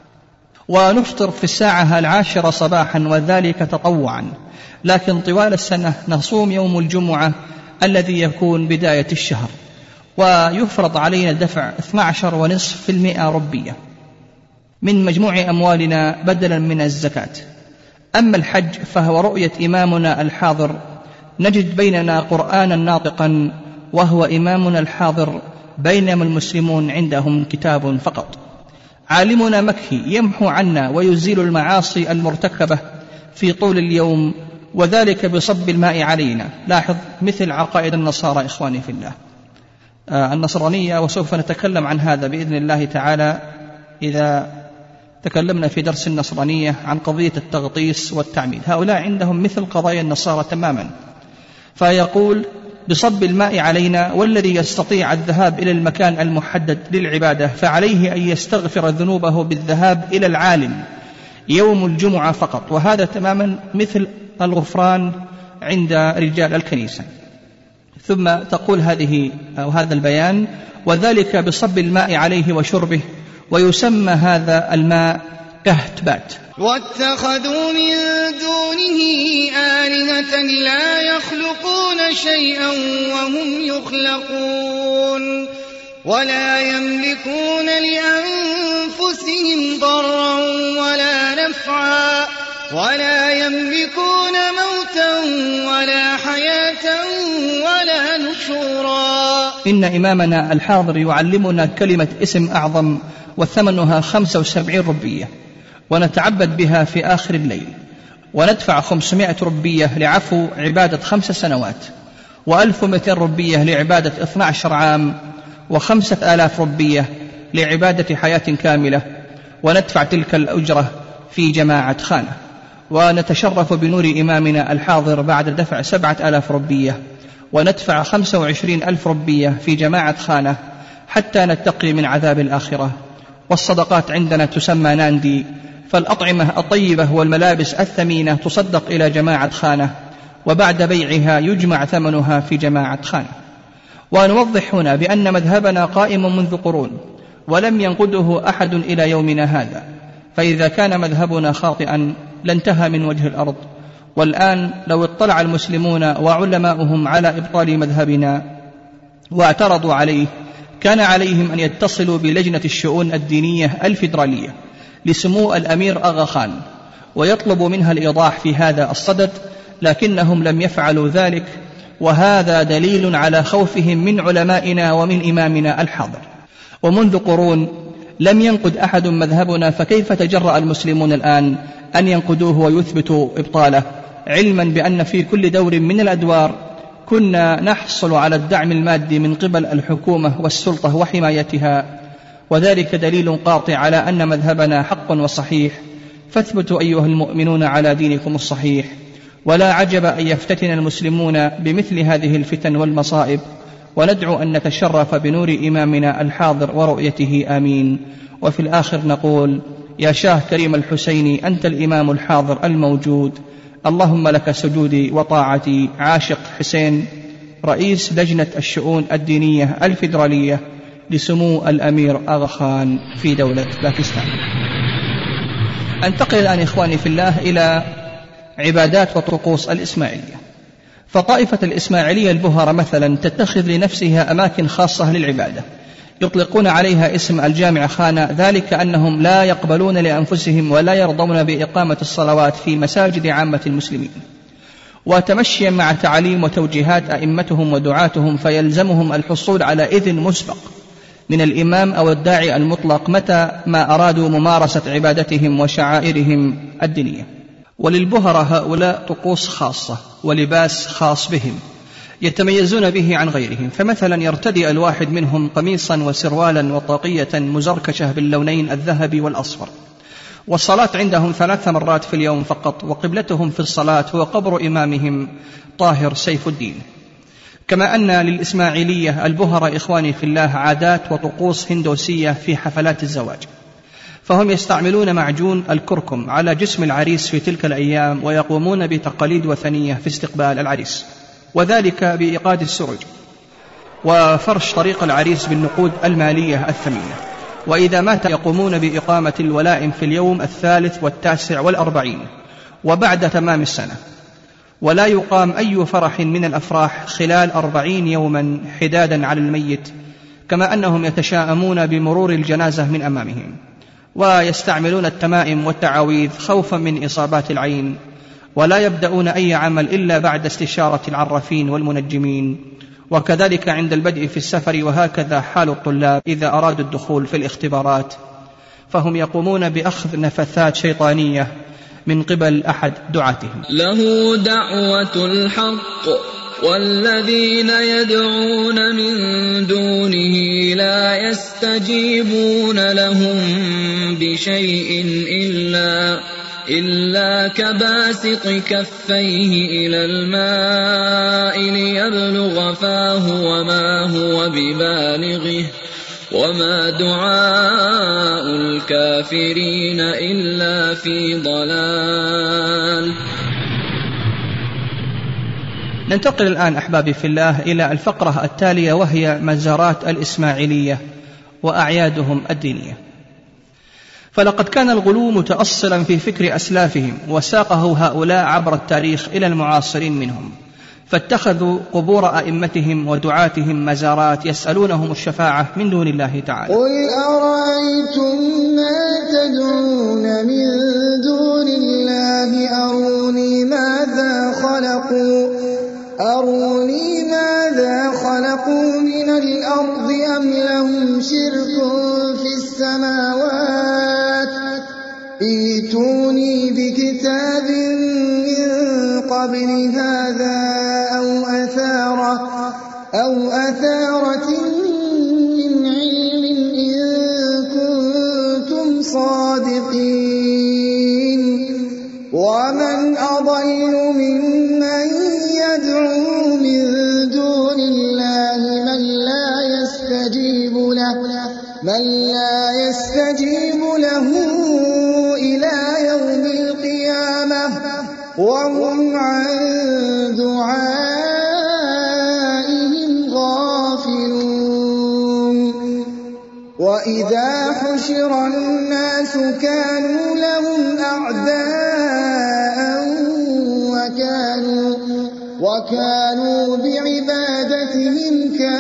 ونفطر في الساعة العاشرة صباحا، وذلك تطوعا، لكن طوال السنة نصوم يوم الجمعة الذي يكون بداية الشهر، ويفرض علينا دفع اثني عشر ونصف في المئة ربية من مجموع أموالنا بدلا من الزكاة. أما الحج فهو رؤية إمامنا الحاضر، نجد بيننا قرآنا ناطقا وهو إمامنا الحاضر، بينما المسلمون عندهم كتاب فقط. عالمنا مكي يمحو عنا ويزيل المعاصي المرتكبة في طول اليوم، وذلك بصب الماء علينا. لاحظ مثل عقائد النصارى إخواني في الله آه النصرانية، وسوف نتكلم عن هذا بإذن الله تعالى إذا تكلمنا في درس النصرانية عن قضية التغطيس والتعميد. هؤلاء عندهم مثل قضايا النصارى تماما، فيقول بصب الماء علينا، والذي يستطيع الذهاب إلى المكان المحدد للعبادة فعليه أن يستغفر ذنوبه بالذهاب إلى العالم يوم الجمعة فقط، وهذا تماما مثل الغفران عند رجال الكنيسة. ثم تقول هذه أو هذا البيان: وذلك بصب الماء عليه وشربه، ويسمى هذا الماء كهتبات. واتخذوا من دونه آلهة لا يخلقون شيئا وهم يخلقون، ولا يملكون لأنفسهم ضرا ولا نفعا، ولا يملكون موتا ولا حياة ولا نشورا. إن إمامنا الحاضر يعلمنا كلمة اسم أعظم وثمنها خمسة وسبعين ربية، ونتعبد بها في آخر الليل، وندفع خمسمائة ربية لعفو عبادة خمس سنوات، وألف ومئتين ربية لعبادة اثني عشر عام، وخمسة آلاف ربية لعبادة حياة كاملة، وندفع تلك الأجرة في جماعة خانة. ونتشرف بنور إمامنا الحاضر بعد دفع سبعة آلاف ربية، وندفع خمسة وعشرين ألف ربية في جماعة خانة حتى نتقي من عذاب الآخرة. والصدقات عندنا تسمى ناندي، فالأطعمة الطيبة والملابس الثمينة تصدق إلى جماعة خانة، وبعد بيعها يجمع ثمنها في جماعة خانة. ونوضح هنا بأن مذهبنا قائم منذ قرون ولم ينقده أحد إلى يومنا هذا، فإذا كان مذهبنا خاطئا لانتهى من وجه الأرض. والآن لو اطلع المسلمون وعلماؤهم على إبطال مذهبنا واعترضوا عليه، كان عليهم أن يتصلوا بلجنة الشؤون الدينية الفيدرالية لسمو الأمير أغا خان ويطلبوا منها الإيضاح في هذا الصدد، لكنهم لم يفعلوا ذلك، وهذا دليل على خوفهم من علمائنا ومن إمامنا الحاضر. ومنذ قرون لم ينقد أحد مذهبنا، فكيف تجرأ المسلمون الآن أن ينقدوه ويثبتوا إبطاله، علما بأن في كل دور من الأدوار كنا نحصل على الدعم المادي من قبل الحكومة والسلطة وحمايتها، وذلك دليل قاطع على أن مذهبنا حق وصحيح. فاثبتوا أيها المؤمنون على دينكم الصحيح، ولا عجب أن يفتتن المسلمون بمثل هذه الفتن والمصائب، وندعو أن نتشرف بنور إمامنا الحاضر ورؤيته، آمين. وفي الآخر نقول: يا شاه كريم الحسيني، أنت الإمام الحاضر الموجود، اللهم لك سجودي وطاعتي. عاشق حسين، رئيس لجنة الشؤون الدينية الفيدرالية لسمو الأمير أغا خان في دولة باكستان. أنتقل الآن إخواني في الله إلى عبادات وطقوس الإسماعيلية. فطائفة الإسماعيلية البهرة مثلا تتخذ لنفسها أماكن خاصة للعبادة يطلقون عليها اسم الجامع خانة، ذلك أنهم لا يقبلون لأنفسهم ولا يرضون بإقامة الصلوات في مساجد عامة المسلمين، وتمشيا مع تعاليم وتوجيهات أئمتهم ودعاتهم فيلزمهم الحصول على إذن مسبق من الإمام أو الداعي المطلق متى ما أرادوا ممارسة عبادتهم وشعائرهم الدينية. وللبهرة هؤلاء طقوس خاصة ولباس خاص بهم يتميزون به عن غيرهم، فمثلا يرتدي الواحد منهم قميصا وسروالا وطاقية مزركشة باللونين الذهبي والأصفر. والصلاة عندهم ثلاث مرات في اليوم فقط، وقبلتهم في الصلاة هو قبر إمامهم طاهر سيف الدين. كما أن للإسماعيلية البهرة إخواني في الله عادات وطقوس هندوسية في حفلات الزواج، فهم يستعملون معجون الكركم على جسم العريس في تلك الأيام، ويقومون بتقاليد وثنية في استقبال العريس، وذلك بإيقاد السرج وفرش طريق العريس بالنقود المالية الثمينة. وإذا مات يقومون بإقامة الولائم في اليوم الثالث والتاسع والأربعين وبعد تمام السنة، ولا يقام أي فرح من الأفراح خلال أربعين يوما حدادا على الميت، كما أنهم يتشاءمون بمرور الجنازة من أمامهم، ويستعملون التمائم والتعاويذ خوفا من إصابات العين، ولا يبدأون أي عمل إلا بعد استشارة العرافين والمنجمين، وكذلك عند البدء في السفر، وهكذا حال الطلاب إذا أرادوا الدخول في الاختبارات، فهم يقومون بأخذ نفثات شيطانية من قبل أحد دعاتهم. له دعوة الحق والذين يدعون من دونه لا يستجيبون لهم بشيء إلا إلا كباسط كفيه إلى الماء ليبلغ فاه وما هو ببالغه وما دعاء الكافرين إلا في ضلال. ننتقل الآن أحبابي في الله إلى الفقرة التالية، وهي مزارات الإسماعيلية وأعيادهم الدينية. فلقد كان الغلو متأصلا في فكر أسلافهم، وساقه هؤلاء عبر التاريخ إلى المعاصرين منهم، فاتخذوا قبور أئمتهم ودعاتهم مزارات يسألونهم الشفاعة من دون الله تعالى. قل أرأيتم ما تدعون من دون الله أروني ماذا خلقوا أروني ماذا خلقوا من الأرض أم لهم شرك في السماوات ائتوني بكتاب من قبل هذا أو أثارة أو أثارة من علم إن كنتم صادقين ومن أضل ممن يدعو من دون الله من لا يستجيب له من لا يستجيب له إلى يوم القيامة وهم عن دعائهم غافلون وإذا حشر الناس كانوا لهم أعداء وكانوا, وكانوا بعبادتهم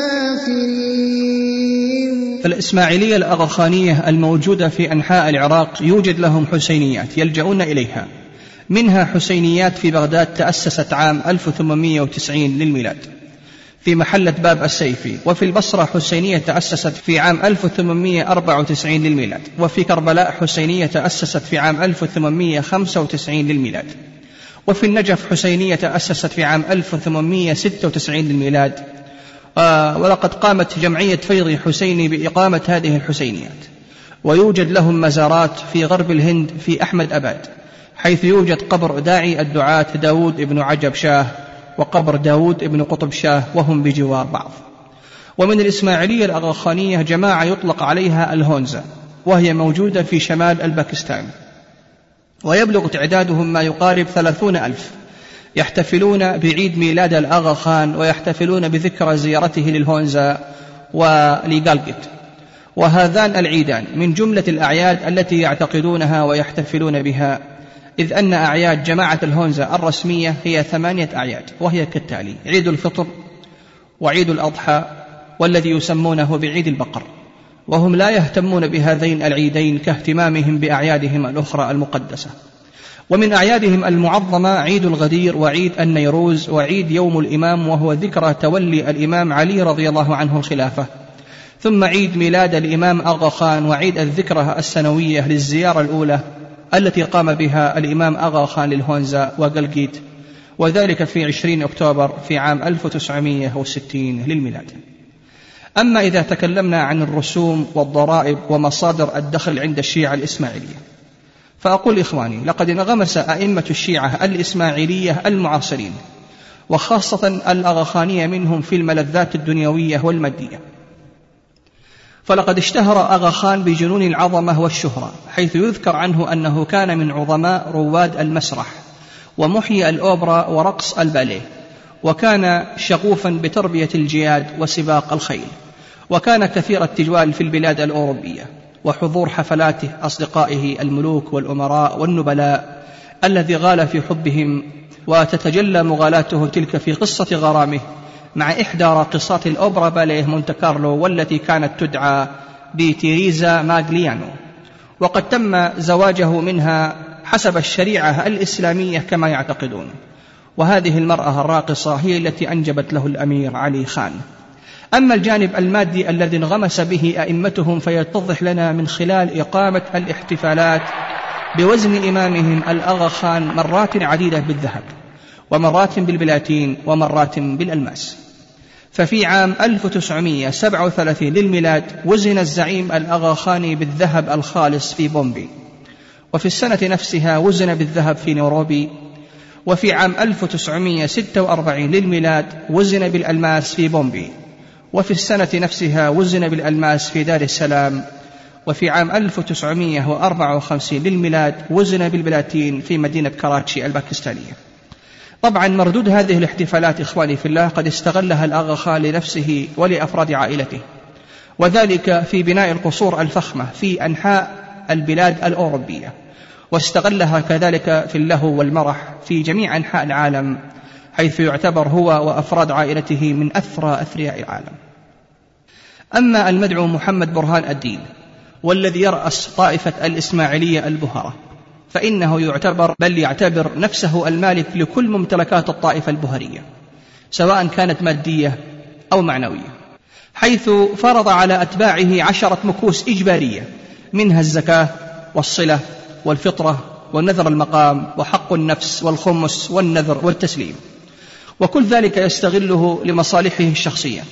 كافرين. فالإسماعيلية الأغاخانية الموجودة في أنحاء العراق يوجد لهم حسينيات يلجؤون إليها، منها حسينيات في بغداد تأسست عام ألف وثمانمائة وتسعين للميلاد في محلة باب السيفي، وفي البصرة حسينية تأسست في عام ألف وثمانمائة وأربعة وتسعين للميلاد، وفي كربلاء حسينية تأسست في عام ألف وثمانمائة وخمسة وتسعين للميلاد، وفي النجف حسينية تأسست في عام ألف وثمانمائة وستة وتسعين للميلاد. آه ولقد قامت جمعية فيض حسيني بإقامة هذه الحسينيات، ويوجد لهم مزارات في غرب الهند في أحمد أباد، حيث يوجد قبر داعي الدعاة داود ابن عجب شاه وقبر داود ابن قطب شاه وهم بجوار بعض. ومن الإسماعيلية الأغاخانية جماعة يطلق عليها الهونزا، وهي موجودة في شمال الباكستان، ويبلغ تعدادهم ما يقارب ثلاثون ألف، يحتفلون بعيد ميلاد الآغا خان ويحتفلون بذكرى زيارته للهونزا ولغالجت، وهذان العيدان من جملة الأعياد التي يعتقدونها ويحتفلون بها، إذ أن أعياد جماعة الهونزا الرسمية هي ثمانية أعياد، وهي كالتالي: عيد الفطر وعيد الأضحى والذي يسمونه بعيد البقر، وهم لا يهتمون بهذين العيدين كاهتمامهم بأعيادهم الأخرى المقدسة. ومن أعيادهم المعظمة عيد الغدير وعيد النيروز وعيد يوم الإمام، وهو ذكرى تولي الإمام علي رضي الله عنه الخلافة، ثم عيد ميلاد الإمام آغا خان وعيد الذكرى السنوية للزيارة الأولى التي قام بها الإمام آغا خان للهونزا وغلجيت، وذلك في عشرين أكتوبر في عام ألف وتسعمائة وستين للميلاد. أما إذا تكلمنا عن الرسوم والضرائب ومصادر الدخل عند الشيعة الإسماعيلية، فأقول إخواني، لقد انغمس أئمة الشيعة الإسماعيلية المعاصرين وخاصة الأغاخانية منهم في الملذات الدنيوية والمادية، فلقد اشتهر آغا خان بجنون العظمة والشهرة، حيث يذكر عنه أنه كان من عظماء رواد المسرح ومحيي الأوبرا ورقص الباليه، وكان شغوفا بتربية الجياد وسباق الخيل، وكان كثير التجوال في البلاد الأوروبية وحضور حفلات أصدقائه الملوك والأمراء والنبلاء الذي غال في حبهم، وتتجلى مغالاته تلك في قصة غرامه مع إحدى راقصات الأوبرا باليه مونte كارلو، والتي كانت تدعى بتيريزا ماغليانو، وقد تم زواجه منها حسب الشريعة الإسلامية كما يعتقدون. وهذه المرأة الراقصة هي التي أنجبت له الأمير علي خان. أما الجانب المادي الذي انغمس به أئمتهم فيتضح لنا من خلال إقامة الاحتفالات بوزن إمامهم الآغا خان مرات عديدة بالذهب ومرات بالبلاتين ومرات بالألماس. ففي عام ألف وتسعمائة وسبعة وثلاثين للميلاد وزن الزعيم الآغا خاني بالذهب الخالص في بومبي، وفي السنة نفسها وزن بالذهب في نيروبي، وفي عام ألف وتسعمائة وستة وأربعين للميلاد وزن بالألماس في بومبي، وفي السنة نفسها وزن بالألماس في دار السلام، وفي عام ألف وتسعمائة وأربعة وخمسين للميلاد وزن بالبلاتين في مدينة كراتشي الباكستانية. طبعا مردود هذه الاحتفالات إخواني في الله قد استغلها الآغا خان لنفسه ولأفراد عائلته، وذلك في بناء القصور الفخمة في أنحاء البلاد الأوروبية، واستغلها كذلك في اللهو والمرح في جميع أنحاء العالم، حيث يعتبر هو وأفراد عائلته من أثرى أثرياء العالم. أما المدعو محمد برهان الدين والذي يرأس طائفة الإسماعيلية البهرة، فإنه يعتبر بل يعتبر نفسه المالك لكل ممتلكات الطائفة البهرية، سواء كانت مادية أو معنوية، حيث فرض على أتباعه عشرة مكوس إجبارية، منها الزكاة والصلة والفطرة والنذر المقام وحق النفس والخمس والنذر والتسليم، وكل ذلك يستغله لمصالحه الشخصية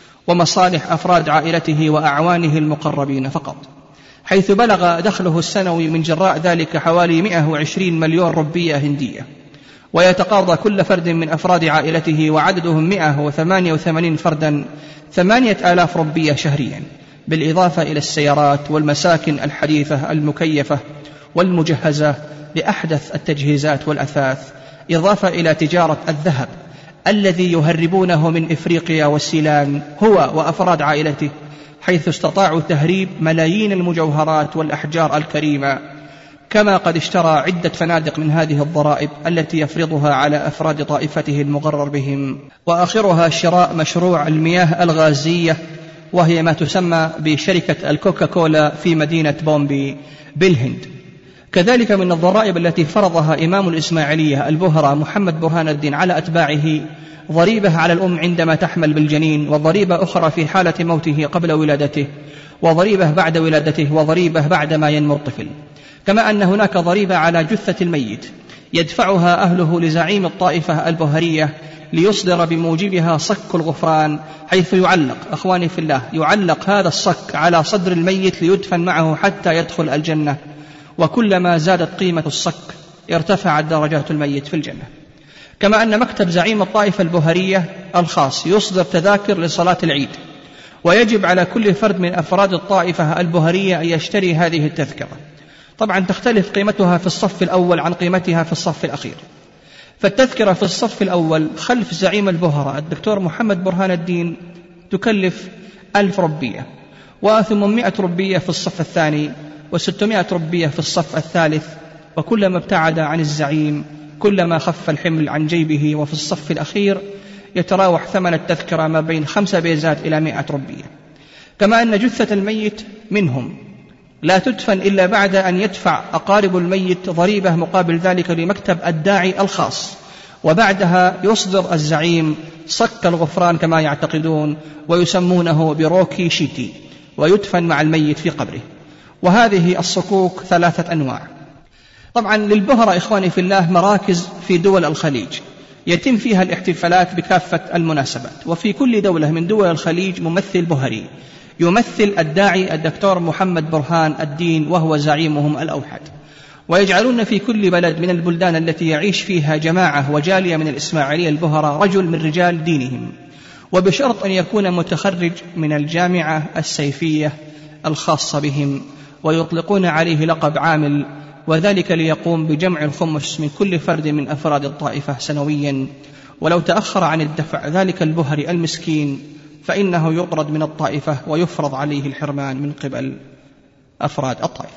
ومصالح أفراد عائلته وأعوانه المقربين فقط، حيث بلغ دخله السنوي من جراء ذلك حوالي مئة وعشرين مليون روبية هندية، ويتقاضى كل فرد من أفراد عائلته وعددهم مئة وثمانية وثمانين فردا ثمانية آلاف روبية شهريا، بالإضافة إلى السيارات والمساكن الحديثة المكيفة والمجهزة لأحدث التجهيزات والأثاث، إضافة إلى تجارة الذهب الذي يهربونه من إفريقيا والسيلان هو وأفراد عائلته، حيث استطاعوا تهريب ملايين المجوهرات والأحجار الكريمة، كما قد اشترى عدة فنادق من هذه الضرائب التي يفرضها على أفراد طائفته المغرر بهم، وآخرها شراء مشروع المياه الغازية، وهي ما تسمى بشركة الكوكاكولا في مدينة بومبي بالهند. كذلك من الضرائب التي فرضها إمام الإسماعيلية البهرة محمد برهان الدين على أتباعه ضريبة على الأم عندما تحمل بالجنين، وضريبة أخرى في حالة موته قبل ولادته، وضريبة بعد ولادته، وضريبة بعدما ينمو الطفل. كما أن هناك ضريبة على جثة الميت يدفعها أهله لزعيم الطائفة البهرية ليصدر بموجبها صك الغفران، حيث يعلق أخواني في الله يعلق هذا الصك على صدر الميت ليدفن معه حتى يدخل الجنة، وكلما زادت قيمة الصك ارتفعت درجات الميت في الجنة. كما أن مكتب زعيم الطائفة البهرية الخاص يصدر تذاكر لصلاة العيد، ويجب على كل فرد من أفراد الطائفة البهرية أن يشتري هذه التذكرة. طبعا تختلف قيمتها في الصف الأول عن قيمتها في الصف الأخير، فالتذكرة في الصف الأول خلف زعيم البهرة الدكتور محمد برهان الدين تكلف ألف ربية، وثمانمائة ربية في الصف الثاني، وستمائة ربية في الصف الثالث، وكلما ابتعد عن الزعيم كلما خف الحمل عن جيبه. وفي الصف الأخير يتراوح ثمن التذكرة ما بين خمسة بيزات إلى مائة ربية. كما أن جثة الميت منهم لا تدفن إلا بعد أن يدفع أقارب الميت ضريبة مقابل ذلك لمكتب الداعي الخاص، وبعدها يصدر الزعيم صك الغفران كما يعتقدون، ويسمونه بروكي شيتي، ويدفن مع الميت في قبره. وهذه الصكوك ثلاثة أنواع. طبعا للبهرة إخواني في الله مراكز في دول الخليج يتم فيها الاحتفالات بكافة المناسبات، وفي كل دولة من دول الخليج ممثل بهري يمثل الداعي الدكتور محمد برهان الدين وهو زعيمهم الأوحد، ويجعلون في كل بلد من البلدان التي يعيش فيها جماعة وجالية من الإسماعيلية البهرة رجل من رجال دينهم، وبشرط أن يكون متخرج من الجامعة السيفية الخاصة بهم، ويطلقون عليه لقب عامل، وذلك ليقوم بجمع الخمس من كل فرد من أفراد الطائفة سنويا، ولو تأخر عن الدفع ذلك البهري المسكين فإنه يطرد من الطائفة ويفرض عليه الحرمان من قبل أفراد الطائفة.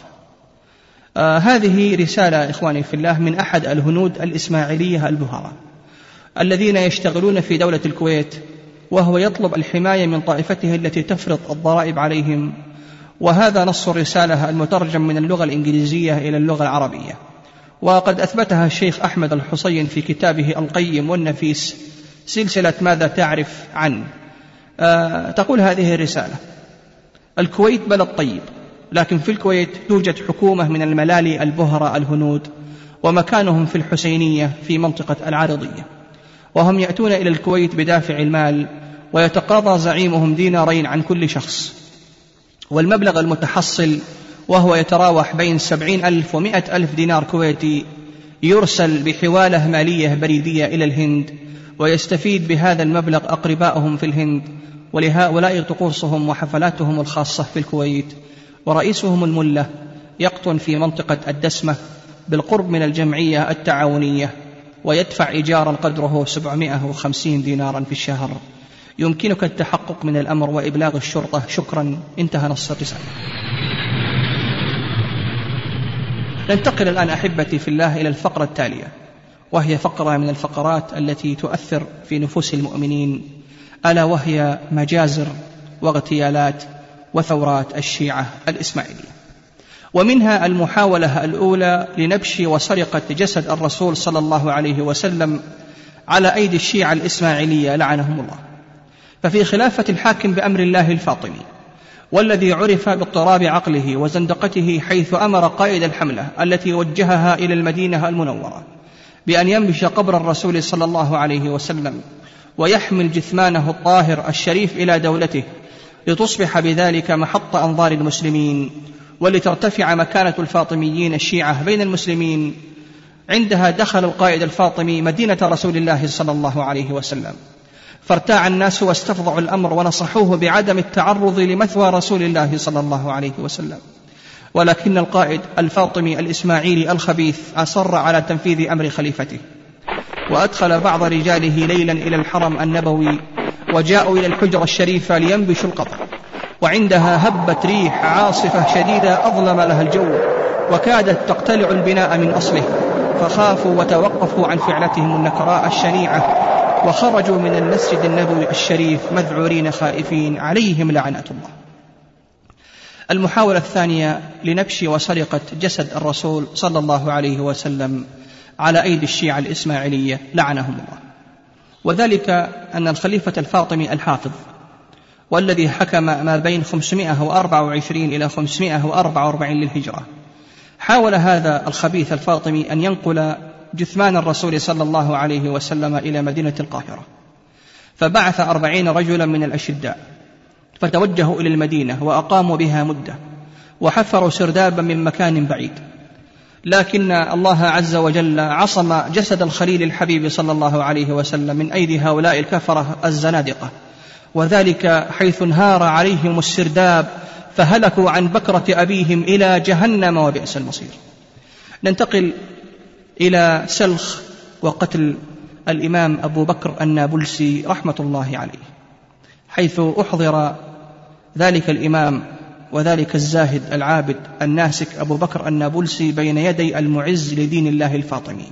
آه هذه رسالة إخواني في الله من أحد الهنود الإسماعيلية البهرة الذين يشتغلون في دولة الكويت، وهو يطلب الحماية من طائفته التي تفرض الضرائب عليهم. وهذا نص الرسالة المترجم من اللغة الإنجليزية إلى اللغة العربية، وقد أثبتها الشيخ أحمد الحصين في كتابه القيم والنفيس سلسلة ماذا تعرف عنه. آه تقول هذه الرسالة: الكويت بلد طيب، لكن في الكويت توجد حكومة من الملالي البهرة الهنود، ومكانهم في الحسينية في منطقة العارضية، وهم يأتون إلى الكويت بدافع المال، ويتقاضى زعيمهم دينارين عن كل شخص، والمبلغ المتحصل وهو يتراوح بين سبعين ألف ومائة ألف دينار كويتي يرسل بحوالة مالية بريدية إلى الهند، ويستفيد بهذا المبلغ أقربائهم في الهند، ولهؤلاء طقوسهم وحفلاتهم الخاصة في الكويت. ورئيسهم الملة يقطن في منطقة الدسمة بالقرب من الجمعية التعاونية، ويدفع إيجارا قدره سبعمائة وخمسين دينارا في الشهر. يمكنك التحقق من الأمر وإبلاغ الشرطة. شكرا. انتهى نص الرسالة. ننتقل الآن أحبتي في الله إلى الفقرة التالية، وهي فقرة من الفقرات التي تؤثر في نفوس المؤمنين، ألا وهي مجازر واغتيالات وثورات الشيعة الإسماعيلية. ومنها المحاولة الأولى لنبش وسرقة جسد الرسول صلى الله عليه وسلم على أيدي الشيعة الإسماعيلية لعنهم الله. ففي خلافة الحاكم بأمر الله الفاطمي والذي عرف باضطراب عقله وزندقته، حيث أمر قائد الحملة التي وجهها إلى المدينة المنورة بأن ينبش قبر الرسول صلى الله عليه وسلم ويحمل جثمانه الطاهر الشريف إلى دولته، لتصبح بذلك محط أنظار المسلمين، ولترتفع مكانة الفاطميين الشيعة بين المسلمين. عندها دخل القائد الفاطمي مدينة رسول الله صلى الله عليه وسلم، فارتاع الناس واستفضعوا الأمر ونصحوه بعدم التعرض لمثوى رسول الله صلى الله عليه وسلم، ولكن القائد الفاطمي الإسماعيلي الخبيث أصر على تنفيذ أمر خليفته، وأدخل بعض رجاله ليلا إلى الحرم النبوي، وجاءوا إلى الحجرة الشريفة لينبشوا القبر، وعندها هبت ريح عاصفة شديدة أظلم لها الجو وكادت تقتلع البناء من أصله، فخافوا وتوقفوا عن فعلتهم النكراء الشنيعة، وخرجوا من المسجد النبوي الشريف مذعورين خائفين عليهم لعنة الله. المحاولة الثانية لنبش وسرقة جسد الرسول صلى الله عليه وسلم على أيدي الشيعة الإسماعيلية لعنهم الله، وذلك أن الخليفة الفاطمي الحافظ، والذي حكم ما بين خمسمائة وأربعة وعشرين إلى خمسمائة وأربعة وأربعين للهجرة، حاول هذا الخبيث الفاطمي أن ينقل جثمان الرسول صلى الله عليه وسلم إلى مدينة القاهرة، فبعث أربعين رجلا من الأشداء فتوجهوا إلى المدينة وأقاموا بها مدة، وحفروا سردابا من مكان بعيد، لكن الله عز وجل عصم جسد الخليل الحبيب صلى الله عليه وسلم من أيدي هؤلاء الكفرة الزنادقة، وذلك حيث انهار عليهم السرداب فهلكوا عن بكرة أبيهم إلى جهنم وبئس المصير. ننتقل إلى سلخ وقتل الإمام أبو بكر النابلسي رحمة الله عليه، حيث أحضر ذلك الإمام وذلك الزاهد العابد الناسك أبو بكر النابلسي بين يدي المعز لدين الله الفاطمي،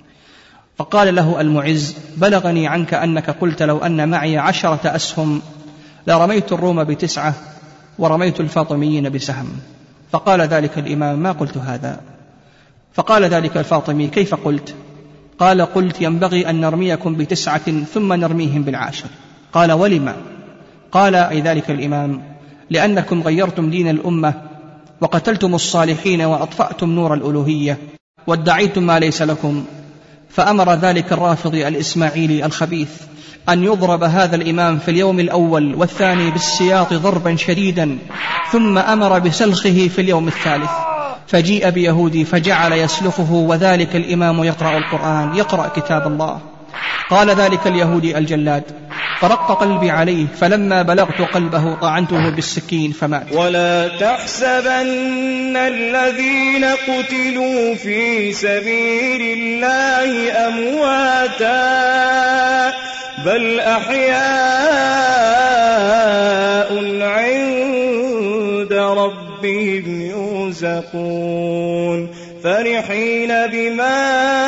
فقال له المعز: بلغني عنك أنك قلت لو أن معي عشرة أسهم لرميت الروم بتسعة ورميت الفاطميين بسهم. فقال ذلك الإمام: ما قلت هذا. فقال ذلك الفاطمي: كيف قلت؟ قال: قلت ينبغي أن نرميكم بتسعة ثم نرميهم بالعاشر. قال: ولما؟ قال أي ذلك الإمام: لأنكم غيرتم دين الأمة وقتلتم الصالحين وأطفأتم نور الألوهية وادعيتم ما ليس لكم. فأمر ذلك الرافضي الإسماعيلي الخبيث أن يضرب هذا الإمام في اليوم الأول والثاني بالسياط ضربا شديدا، ثم أمر بسلخه في اليوم الثالث، فجيء بيهودي فجعل يسلخه وذلك الإمام يقرأ القرآن، يقرأ كتاب الله. قال ذلك اليهودي الجلاد: فرق قلبي عليه، فلما بلغت قلبه طعنته بالسكين فمات. ولا تحسبن الذين قتلوا في سبيل الله أمواتا بل أحياء عند ربهم يرزقون فرحين بما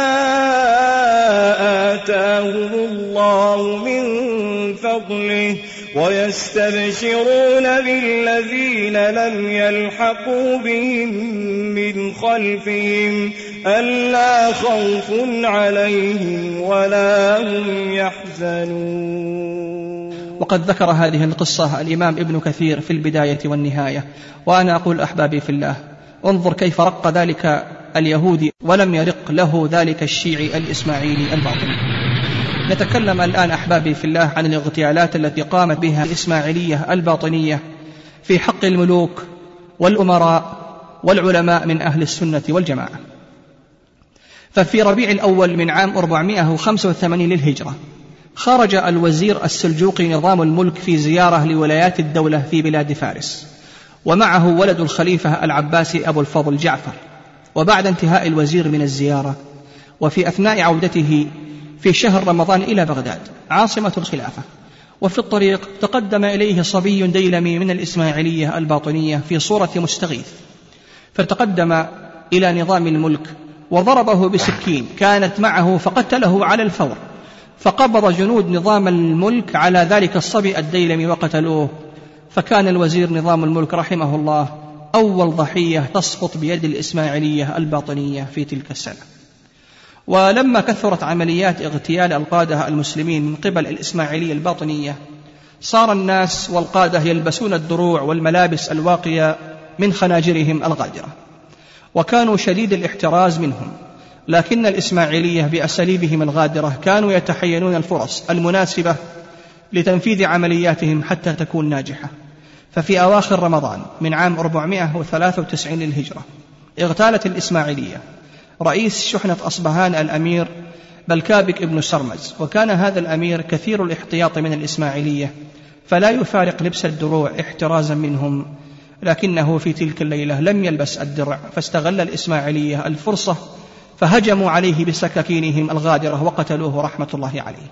آتاهم الله من فضله ويستبشرون بالذين لم يلحقوا بهم من خلفهم ألا خوف عليهم ولا هم يحزنون. وقد ذكر هذه القصة الإمام ابن كثير في البداية والنهاية، وأنا أقول أحبابي في الله، انظر كيف رق ذلك اليهودي ولم يرق له ذلك الشيعي الإسماعيلي الباطني. نتكلم الآن أحبابي في الله عن الاغتيالات التي قامت بها الإسماعيلية الباطنية في حق الملوك والأمراء والعلماء من أهل السنة والجماعة. ففي ربيع الأول من عام أربعمائة وخمسة وثمانين للهجرة خرج الوزير السلجوقي نظام الملك في زيارة لولايات الدولة في بلاد فارس، ومعه ولد الخليفة العباسي أبو الفضل جعفر. وبعد انتهاء الوزير من الزيارة وفي أثناء عودته في شهر رمضان إلى بغداد عاصمة الخلافة، وفي الطريق تقدم إليه صبي ديلمي من الإسماعيلية الباطنية في صورة مستغيث، فتقدم إلى نظام الملك وضربه بسكين كانت معه فقتله على الفور، فقبض جنود نظام الملك على ذلك الصبي الديلمي وقتلوه. فكان الوزير نظام الملك رحمه الله أول ضحية تسقط بيد الإسماعيلية الباطنية في تلك السنة. ولما كثرت عمليات اغتيال ألقادها المسلمين من قبل الإسماعيلية الباطنية، صار الناس والقادة يلبسون الدروع والملابس الواقية من خناجرهم الغادرة، وكانوا شديد الاحتراز منهم، لكن الإسماعيلية بأساليبهم الغادرة كانوا يتحينون الفرص المناسبة لتنفيذ عملياتهم حتى تكون ناجحة. ففي أواخر رمضان من عام أربعمائة وثلاثة وتسعين للهجرة اغتالت الإسماعيلية رئيس شحنة أصبهان الأمير بلكابك ابن سرمز، وكان هذا الأمير كثير الاحتياط من الإسماعيلية فلا يفارق لبس الدروع احترازا منهم، لكنه في تلك الليلة لم يلبس الدرع، فاستغل الإسماعيلية الفرصة فهجموا عليه بسكاكينهم الغادرة وقتلوه رحمة الله عليه.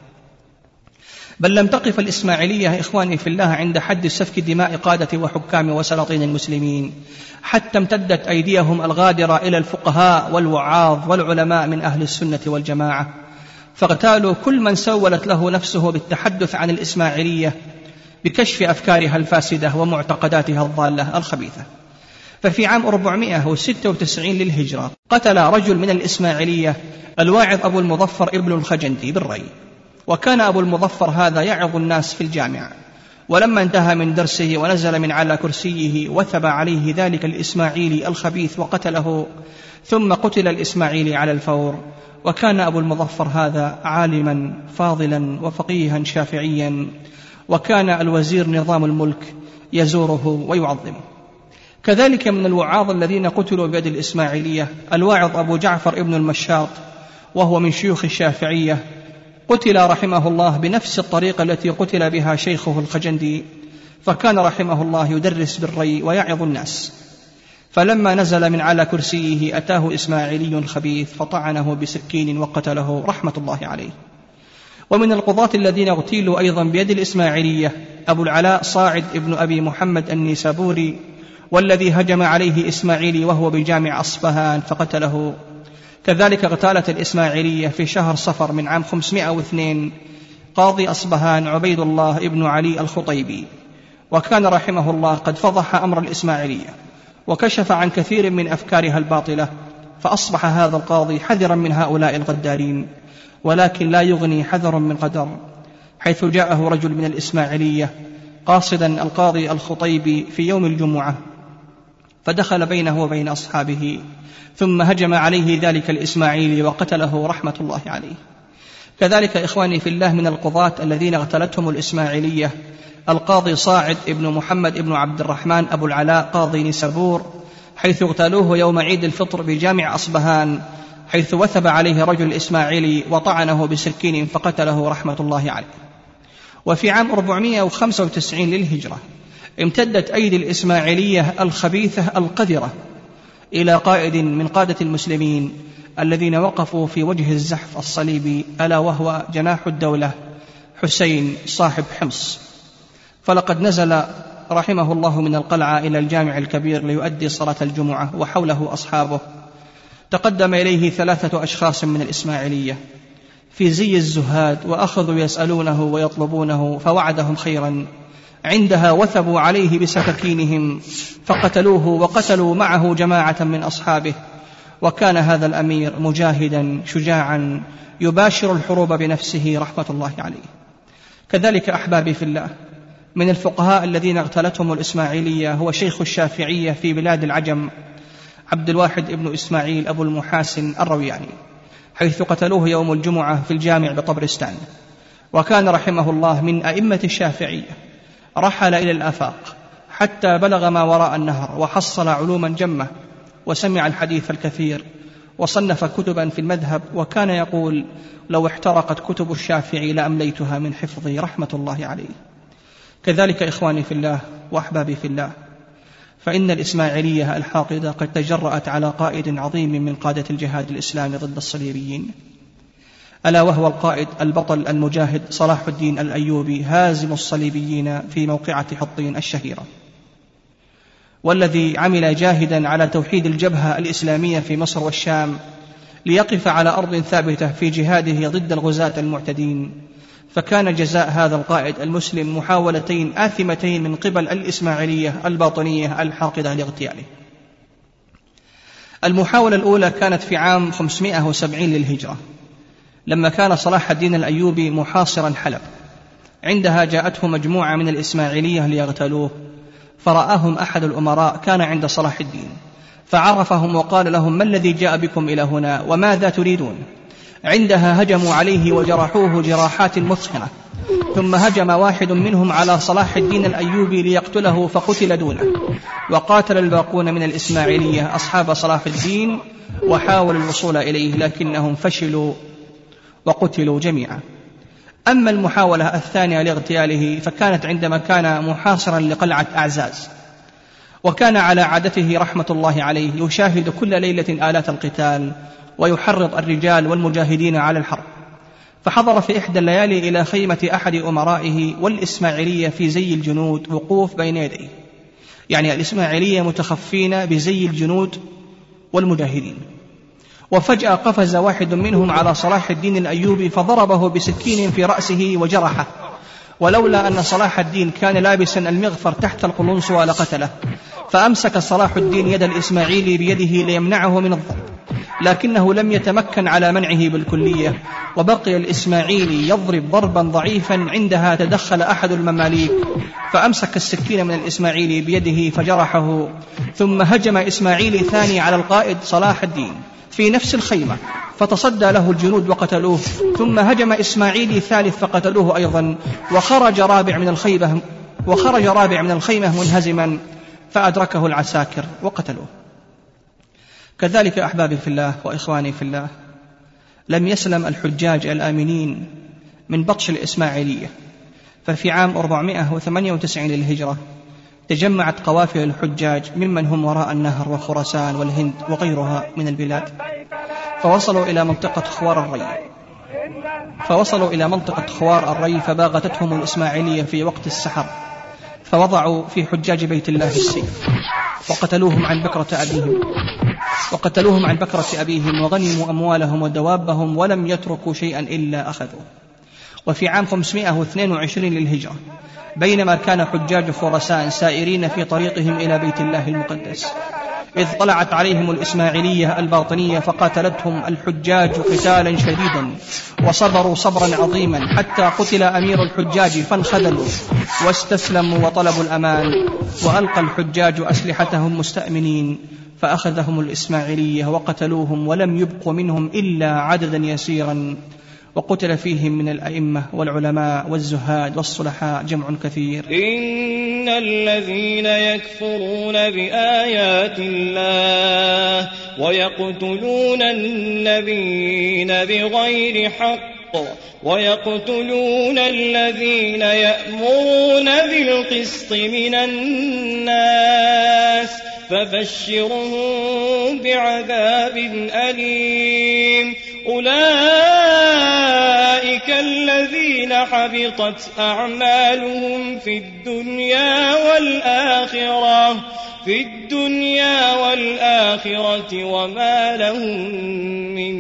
بل لم تقف الإسماعيلية إخواني في الله عند حد سفك دماء قادة وحكام وسلاطين المسلمين، حتى امتدت أيديهم الغادرة إلى الفقهاء والوعاظ والعلماء من أهل السنة والجماعة، فاغتالوا كل من سولت له نفسه بالتحدث عن الإسماعيلية بكشف أفكارها الفاسدة ومعتقداتها الضالة الخبيثة. ففي عام أربعمائة وستة وتسعين للهجرة قتل رجل من الإسماعيلية الواعظ أبو المظفر ابن الخجندي بالري، وكان أبو المظفر هذا يعظ الناس في الجامع، ولما انتهى من درسه ونزل من على كرسيه وثب عليه ذلك الإسماعيلي الخبيث وقتله، ثم قتل الإسماعيلي على الفور. وكان أبو المظفر هذا عالما فاضلا وفقيها شافعيا، وكان الوزير نظام الملك يزوره ويعظمه. كذلك من الوعاظ الذين قتلوا بيد الإسماعيلية الواعظ أبو جعفر ابن المشاط، وهو من شيوخ الشافعية، قتل رحمه الله بنفس الطريقة التي قتل بها شيخه الخجندي، فكان رحمه الله يدرس بالري ويعظ الناس، فلما نزل من على كرسيه أتاه إسماعيلي خبيث فطعنه بسكين وقتله رحمة الله عليه. ومن القضاة الذين اغتيلوا أيضا بيد الإسماعيلية أبو العلاء صاعد ابن أبي محمد النيسابوري، والذي هجم عليه إسماعيلي وهو بجامع أصبهان فقتله. كذلك اغتالت الإسماعيلية في شهر صفر من عام خمسمائة واثنين قاضي أصبهان عبيد الله ابن علي الخطيبي، وكان رحمه الله قد فضح أمر الإسماعيلية وكشف عن كثير من أفكارها الباطلة، فأصبح هذا القاضي حذرا من هؤلاء الغدارين، ولكن لا يغني حذر من قدر، حيث جاءه رجل من الإسماعيلية قاصدا القاضي الخطيبي في يوم الجمعة، فدخل بينه وبين أصحابه، ثم هجم عليه ذلك الإسماعيلي وقتله رحمة الله عليه. كذلك إخواني في الله من القضاة الذين اغتالتهم الإسماعيلية القاضي صاعد ابن محمد ابن عبد الرحمن أبو العلاء قاضي نيسابور، حيث اغتالوه يوم عيد الفطر بجامع أصبهان، حيث وثب عليه رجل الإسماعيلي وطعنه بسكين فقتله رحمة الله عليه. وفي عام أربعمائة وخمسة وتسعين للهجرة امتدت أيدي الإسماعيلية الخبيثة القذرة إلى قائد من قادة المسلمين الذين وقفوا في وجه الزحف الصليبي، ألا وهو جناح الدولة حسين صاحب حمص، فلقد نزل رحمه الله من القلعة إلى الجامع الكبير ليؤدي صلاة الجمعة وحوله أصحابه. تقدم إليه ثلاثة أشخاص من الإسماعيلية في زي الزهاد، وأخذوا يسألونه ويطلبونه، فوعدهم خيرا. عندها وثبوا عليه بسكاكينهم فقتلوه، وقتلوا معه جماعة من أصحابه. وكان هذا الأمير مجاهدا شجاعا يباشر الحروب بنفسه رحمة الله عليه. كذلك أحبابي في الله من الفقهاء الذين اغتالتهم الإسماعيلية هو شيخ الشافعية في بلاد العجم عبد الواحد ابن إسماعيل أبو المحاسن الروياني، حيث قتلوه يوم الجمعة في الجامع بطبرستان. وكان رحمه الله من أئمة الشافعية، رحل إلى الآفاق حتى بلغ ما وراء النهر، وحصل علوما جمة، وسمع الحديث الكثير، وصنف كتبا في المذهب، وكان يقول: لو احترقت كتب الشافعي لأمليتها من حفظي رحمة الله عليه. كذلك إخواني في الله وأحبابي في الله، فإن الإسماعيلية الحاقدة قد تجرأت على قائد عظيم من قادة الجهاد الإسلامي ضد الصليبيين، ألا وهو القائد البطل المجاهد صلاح الدين الأيوبي هازم الصليبيين في موقعة حطين الشهيرة، والذي عمل جاهدا على توحيد الجبهة الإسلامية في مصر والشام ليقف على أرض ثابتة في جهاده ضد الغزاة المعتدين. فكان جزاء هذا القائد المسلم محاولتين آثمتين من قبل الإسماعيلية الباطنية الحاقدة لاغتياله. المحاولة الأولى كانت في عام خمسمائة وسبعين للهجرة، لما كان صلاح الدين الأيوبي محاصرا حلب، عندها جاءته مجموعة من الإسماعيلية ليغتالوه، فرآهم أحد الأمراء كان عند صلاح الدين فعرفهم وقال لهم: ما الذي جاء بكم إلى هنا وماذا تريدون؟ عندها هجموا عليه وجرحوه جراحات مثخنة، ثم هجم واحد منهم على صلاح الدين الأيوبي ليقتله فقتل دونه، وقاتل الباقون من الإسماعيلية أصحاب صلاح الدين وحاولوا الوصول إليه لكنهم فشلوا وقتلوا جميعا. أما المحاولة الثانية لاغتياله فكانت عندما كان محاصرا لقلعة أعزاز، وكان على عادته رحمة الله عليه يشاهد كل ليلة آلات القتال ويحرض الرجال والمجاهدين على الحرب، فحضر في إحدى الليالي إلى خيمة أحد أمرائه والإسماعيلية في زي الجنود وقوف بين يديه، يعني الإسماعيلية متخفين بزي الجنود والمجاهدين. وفجأة قفز واحد منهم على صلاح الدين الأيوبي فضربه بسكين في رأسه وجرحه، ولولا أن صلاح الدين كان لابسا المغفر تحت القلنسوة لقتله، فأمسك صلاح الدين يد الإسماعيلي بيده ليمنعه من الضرب، لكنه لم يتمكن على منعه بالكلية، وبقي الإسماعيلي يضرب ضربا ضعيفا. عندها تدخل أحد المماليك فأمسك السكين من الإسماعيلي بيده فجرحه، ثم هجم إسماعيلي ثاني على القائد صلاح الدين في نفس الخيمة فتصدى له الجنود وقتلوه، ثم هجم إسماعيلي ثالث فقتلوه أيضا، وخرج رابع من الخيمة وخرج رابع من الخيمة منهزما فأدركه العساكر وقتلوه. كذلك أحبابي في الله وإخواني في الله، لم يسلم الحجاج الآمنين من بطش الإسماعيلية، ففي عام أربعمائة وثمانية وتسعين للهجرة تجمعت قوافل الحجاج ممن هم وراء النهر وخراسان والهند وغيرها من البلاد، فوصلوا إلى منطقة خوار الري فوصلوا إلى منطقة خوار الري فباغتتهم الإسماعيلية في وقت السحر، فوضعوا في حجاج بيت الله السيف وقتلوهم عن بكرة أبيهم وقتلوهم عن بكرة أبيهم وغنموا أموالهم ودوابهم ولم يتركوا شيئا إلا أخذوه. وفي عام خمسمائة واثنين وعشرين للهجرة بينما كان حجاج خراسان سائرين في طريقهم إلى بيت الله المقدس إذ طلعت عليهم الإسماعيلية الباطنية فقاتلتهم الحجاج قتالا شديدا وصبروا صبرا عظيما حتى قتل أمير الحجاج فانخذلوا واستسلموا وطلبوا الأمان، وألقى الحجاج أسلحتهم مستأمنين فأخذهم الإسماعيلية وقتلوهم ولم يبقوا منهم إلا عددا يسيرا، وقتل فيهم من الأئمة والعلماء والزهاد والصلحاء جمع كثير. إن الذين يكفرون بآيات الله ويقتلون النبيين بغير حق ويقتلون الذين يأمرون بالقسط من الناس فبشرهم بعذاب أليم. أولئك الذين حبطت أعمالهم في الدنيا والآخرة في الدنيا والآخرة وما لهم من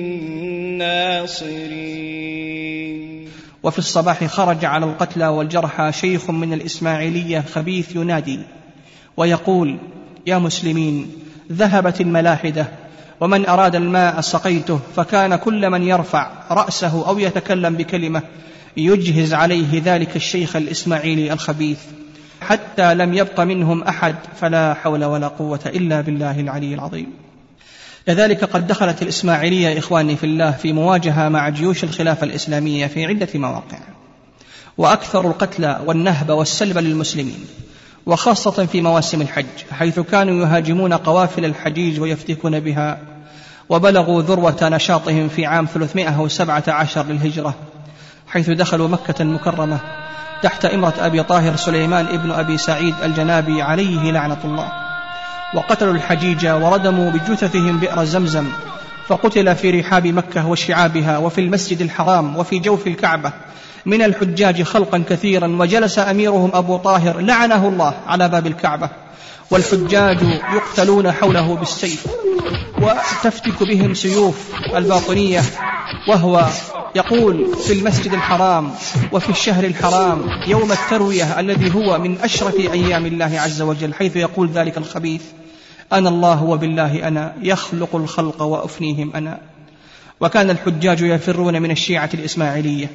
ناصرين. وفي الصباح خرج على القتلى والجرحى شيخ من الإسماعيلية خبيث ينادي ويقول: يا مسلمين، ذهبت الملاحدة، ومن أراد الماء سقيته. فكان كل من يرفع رأسه أو يتكلم بكلمة يجهز عليه ذلك الشيخ الإسماعيلي الخبيث حتى لم يبق منهم أحد، فلا حول ولا قوة إلا بالله العلي العظيم. كذلك قد دخلت الإسماعيلية إخواني في الله في مواجهة مع جيوش الخلافة الإسلامية في عدة مواقع، وأكثر القتلى والنهب والسلب للمسلمين، وخاصة في مواسم الحج، حيث كانوا يهاجمون قوافل الحجيج ويفتكون بها، وبلغوا ذروة نشاطهم في عام ثلاثمائة وسبعة عشر للهجرة، حيث دخلوا مكة المكرمة تحت إمرة أبي طاهر سليمان ابن أبي سعيد الجنابي عليه لعنة الله، وقتلوا الحجيج وردموا بجثثهم بئر زمزم، فقتل في رحاب مكة وشعابها وفي المسجد الحرام وفي جوف الكعبة من الحجاج خلقا كثيرا، وجلس أميرهم أبو طاهر لعنه الله على باب الكعبة، والحجاج يقتلون حوله بالسيف وتفتك بهم سيوف الباطنية، وهو يقول في المسجد الحرام وفي الشهر الحرام يوم التروية الذي هو من أشرف أيام الله عز وجل، حيث يقول ذلك الخبيث: أنا الله وبالله أنا يخلق الخلق وأفنيهم أنا. وكان الحجاج يفرون من الشيعة الإسماعيلية،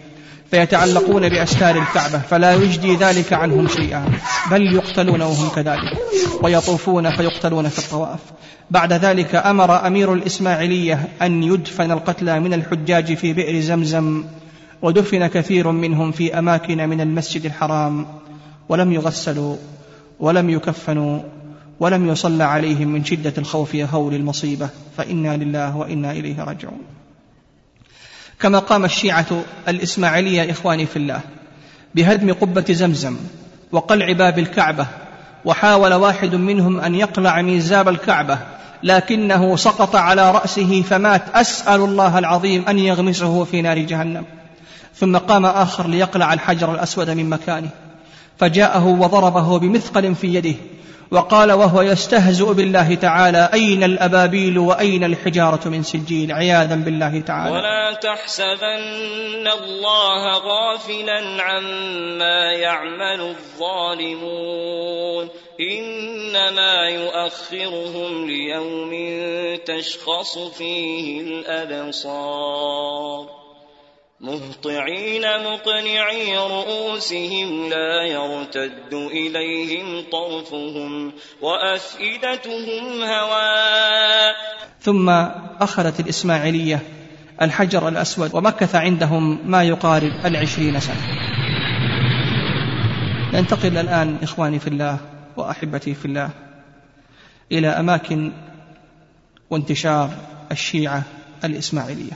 فيتعلقون بأستار الكعبة فلا يجدي ذلك عنهم شيئا، بل يقتلون وهم كذلك، ويطوفون فيقتلون في الطواف. بعد ذلك أمر أمير الإسماعيلية أن يدفن القتلى من الحجاج في بئر زمزم، ودفن كثير منهم في أماكن من المسجد الحرام، ولم يغسلوا ولم يكفنوا ولم يصلى عليهم من شدة الخوف هول المصيبة، فإنا لله وإنا إليه راجعون. كما قام الشيعة الإسماعيلية إخواني في الله بهدم قبة زمزم وقلع باب الكعبة، وحاول واحد منهم أن يقلع ميزاب الكعبة لكنه سقط على رأسه فمات، أسأل الله العظيم أن يغمسه في نار جهنم. ثم قام آخر ليقلع الحجر الأسود من مكانه، فجاءه وضربه بمثقل في يده وقال وهو يستهزئ بالله تعالى: أين الأبابيل وأين الحجارة من سجيل، عياذا بالله تعالى. ولا تحسبن الله غافلا عما يعمل الظالمون، إنما يؤخرهم ليوم تشخص فيه الأبصار، مهطعين مقنعي رؤوسهم لا يرتد إليهم طرفهم وأفئدتهم هواء. ثم أخذت الإسماعيلية الحجر الأسود ومكث عندهم ما يقارب العشرين سنة. ننتقل الآن إخواني في الله وأحبتي في الله إلى أماكن وانتشار الشيعة الإسماعيلية.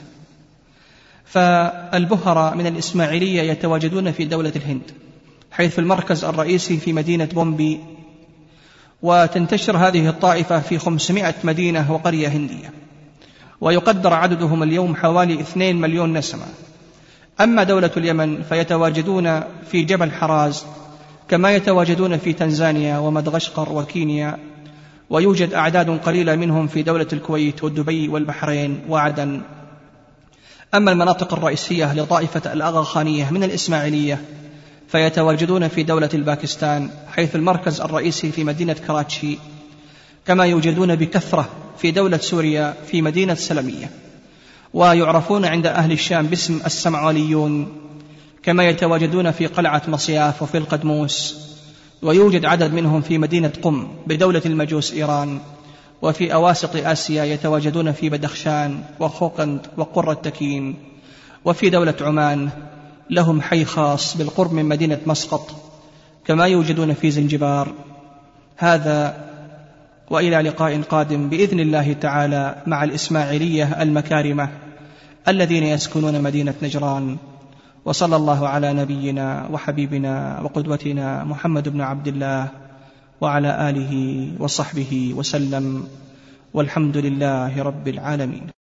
فالبهرة من الإسماعيلية يتواجدون في دولة الهند، حيث المركز الرئيسي في مدينة بومبي، وتنتشر هذه الطائفة في خمسمائة مدينة وقرية هندية، ويقدر عددهم اليوم حوالي اثنين مليون نسمة. أما دولة اليمن فيتواجدون في جبل حراز، كما يتواجدون في تنزانيا ومدغشقر وكينيا، ويوجد أعداد قليلة منهم في دولة الكويت ودبي والبحرين وعدن. أما المناطق الرئيسية لطائفة الأغاخانية من الإسماعيلية فيتواجدون في دولة الباكستان، حيث المركز الرئيسي في مدينة كراتشي، كما يوجدون بكثرة في دولة سوريا في مدينة سلمية، ويعرفون عند أهل الشام باسم السمعوليون، كما يتواجدون في قلعة مصياف وفي القدموس، ويوجد عدد منهم في مدينة قم بدولة المجوس إيران. وفي أواسط آسيا يتواجدون في بدخشان وخوقند وقرة تكين. وفي دولة عمان لهم حي خاص بالقرب من مدينة مسقط، كما يوجدون في زنجبار. هذا وإلى لقاء قادم بإذن الله تعالى مع الإسماعيلية المكارمة الذين يسكنون مدينة نجران. وصلى الله على نبينا وحبيبنا وقدوتنا محمد بن عبد الله وعلى آله وصحبه وسلم، والحمد لله رب العالمين.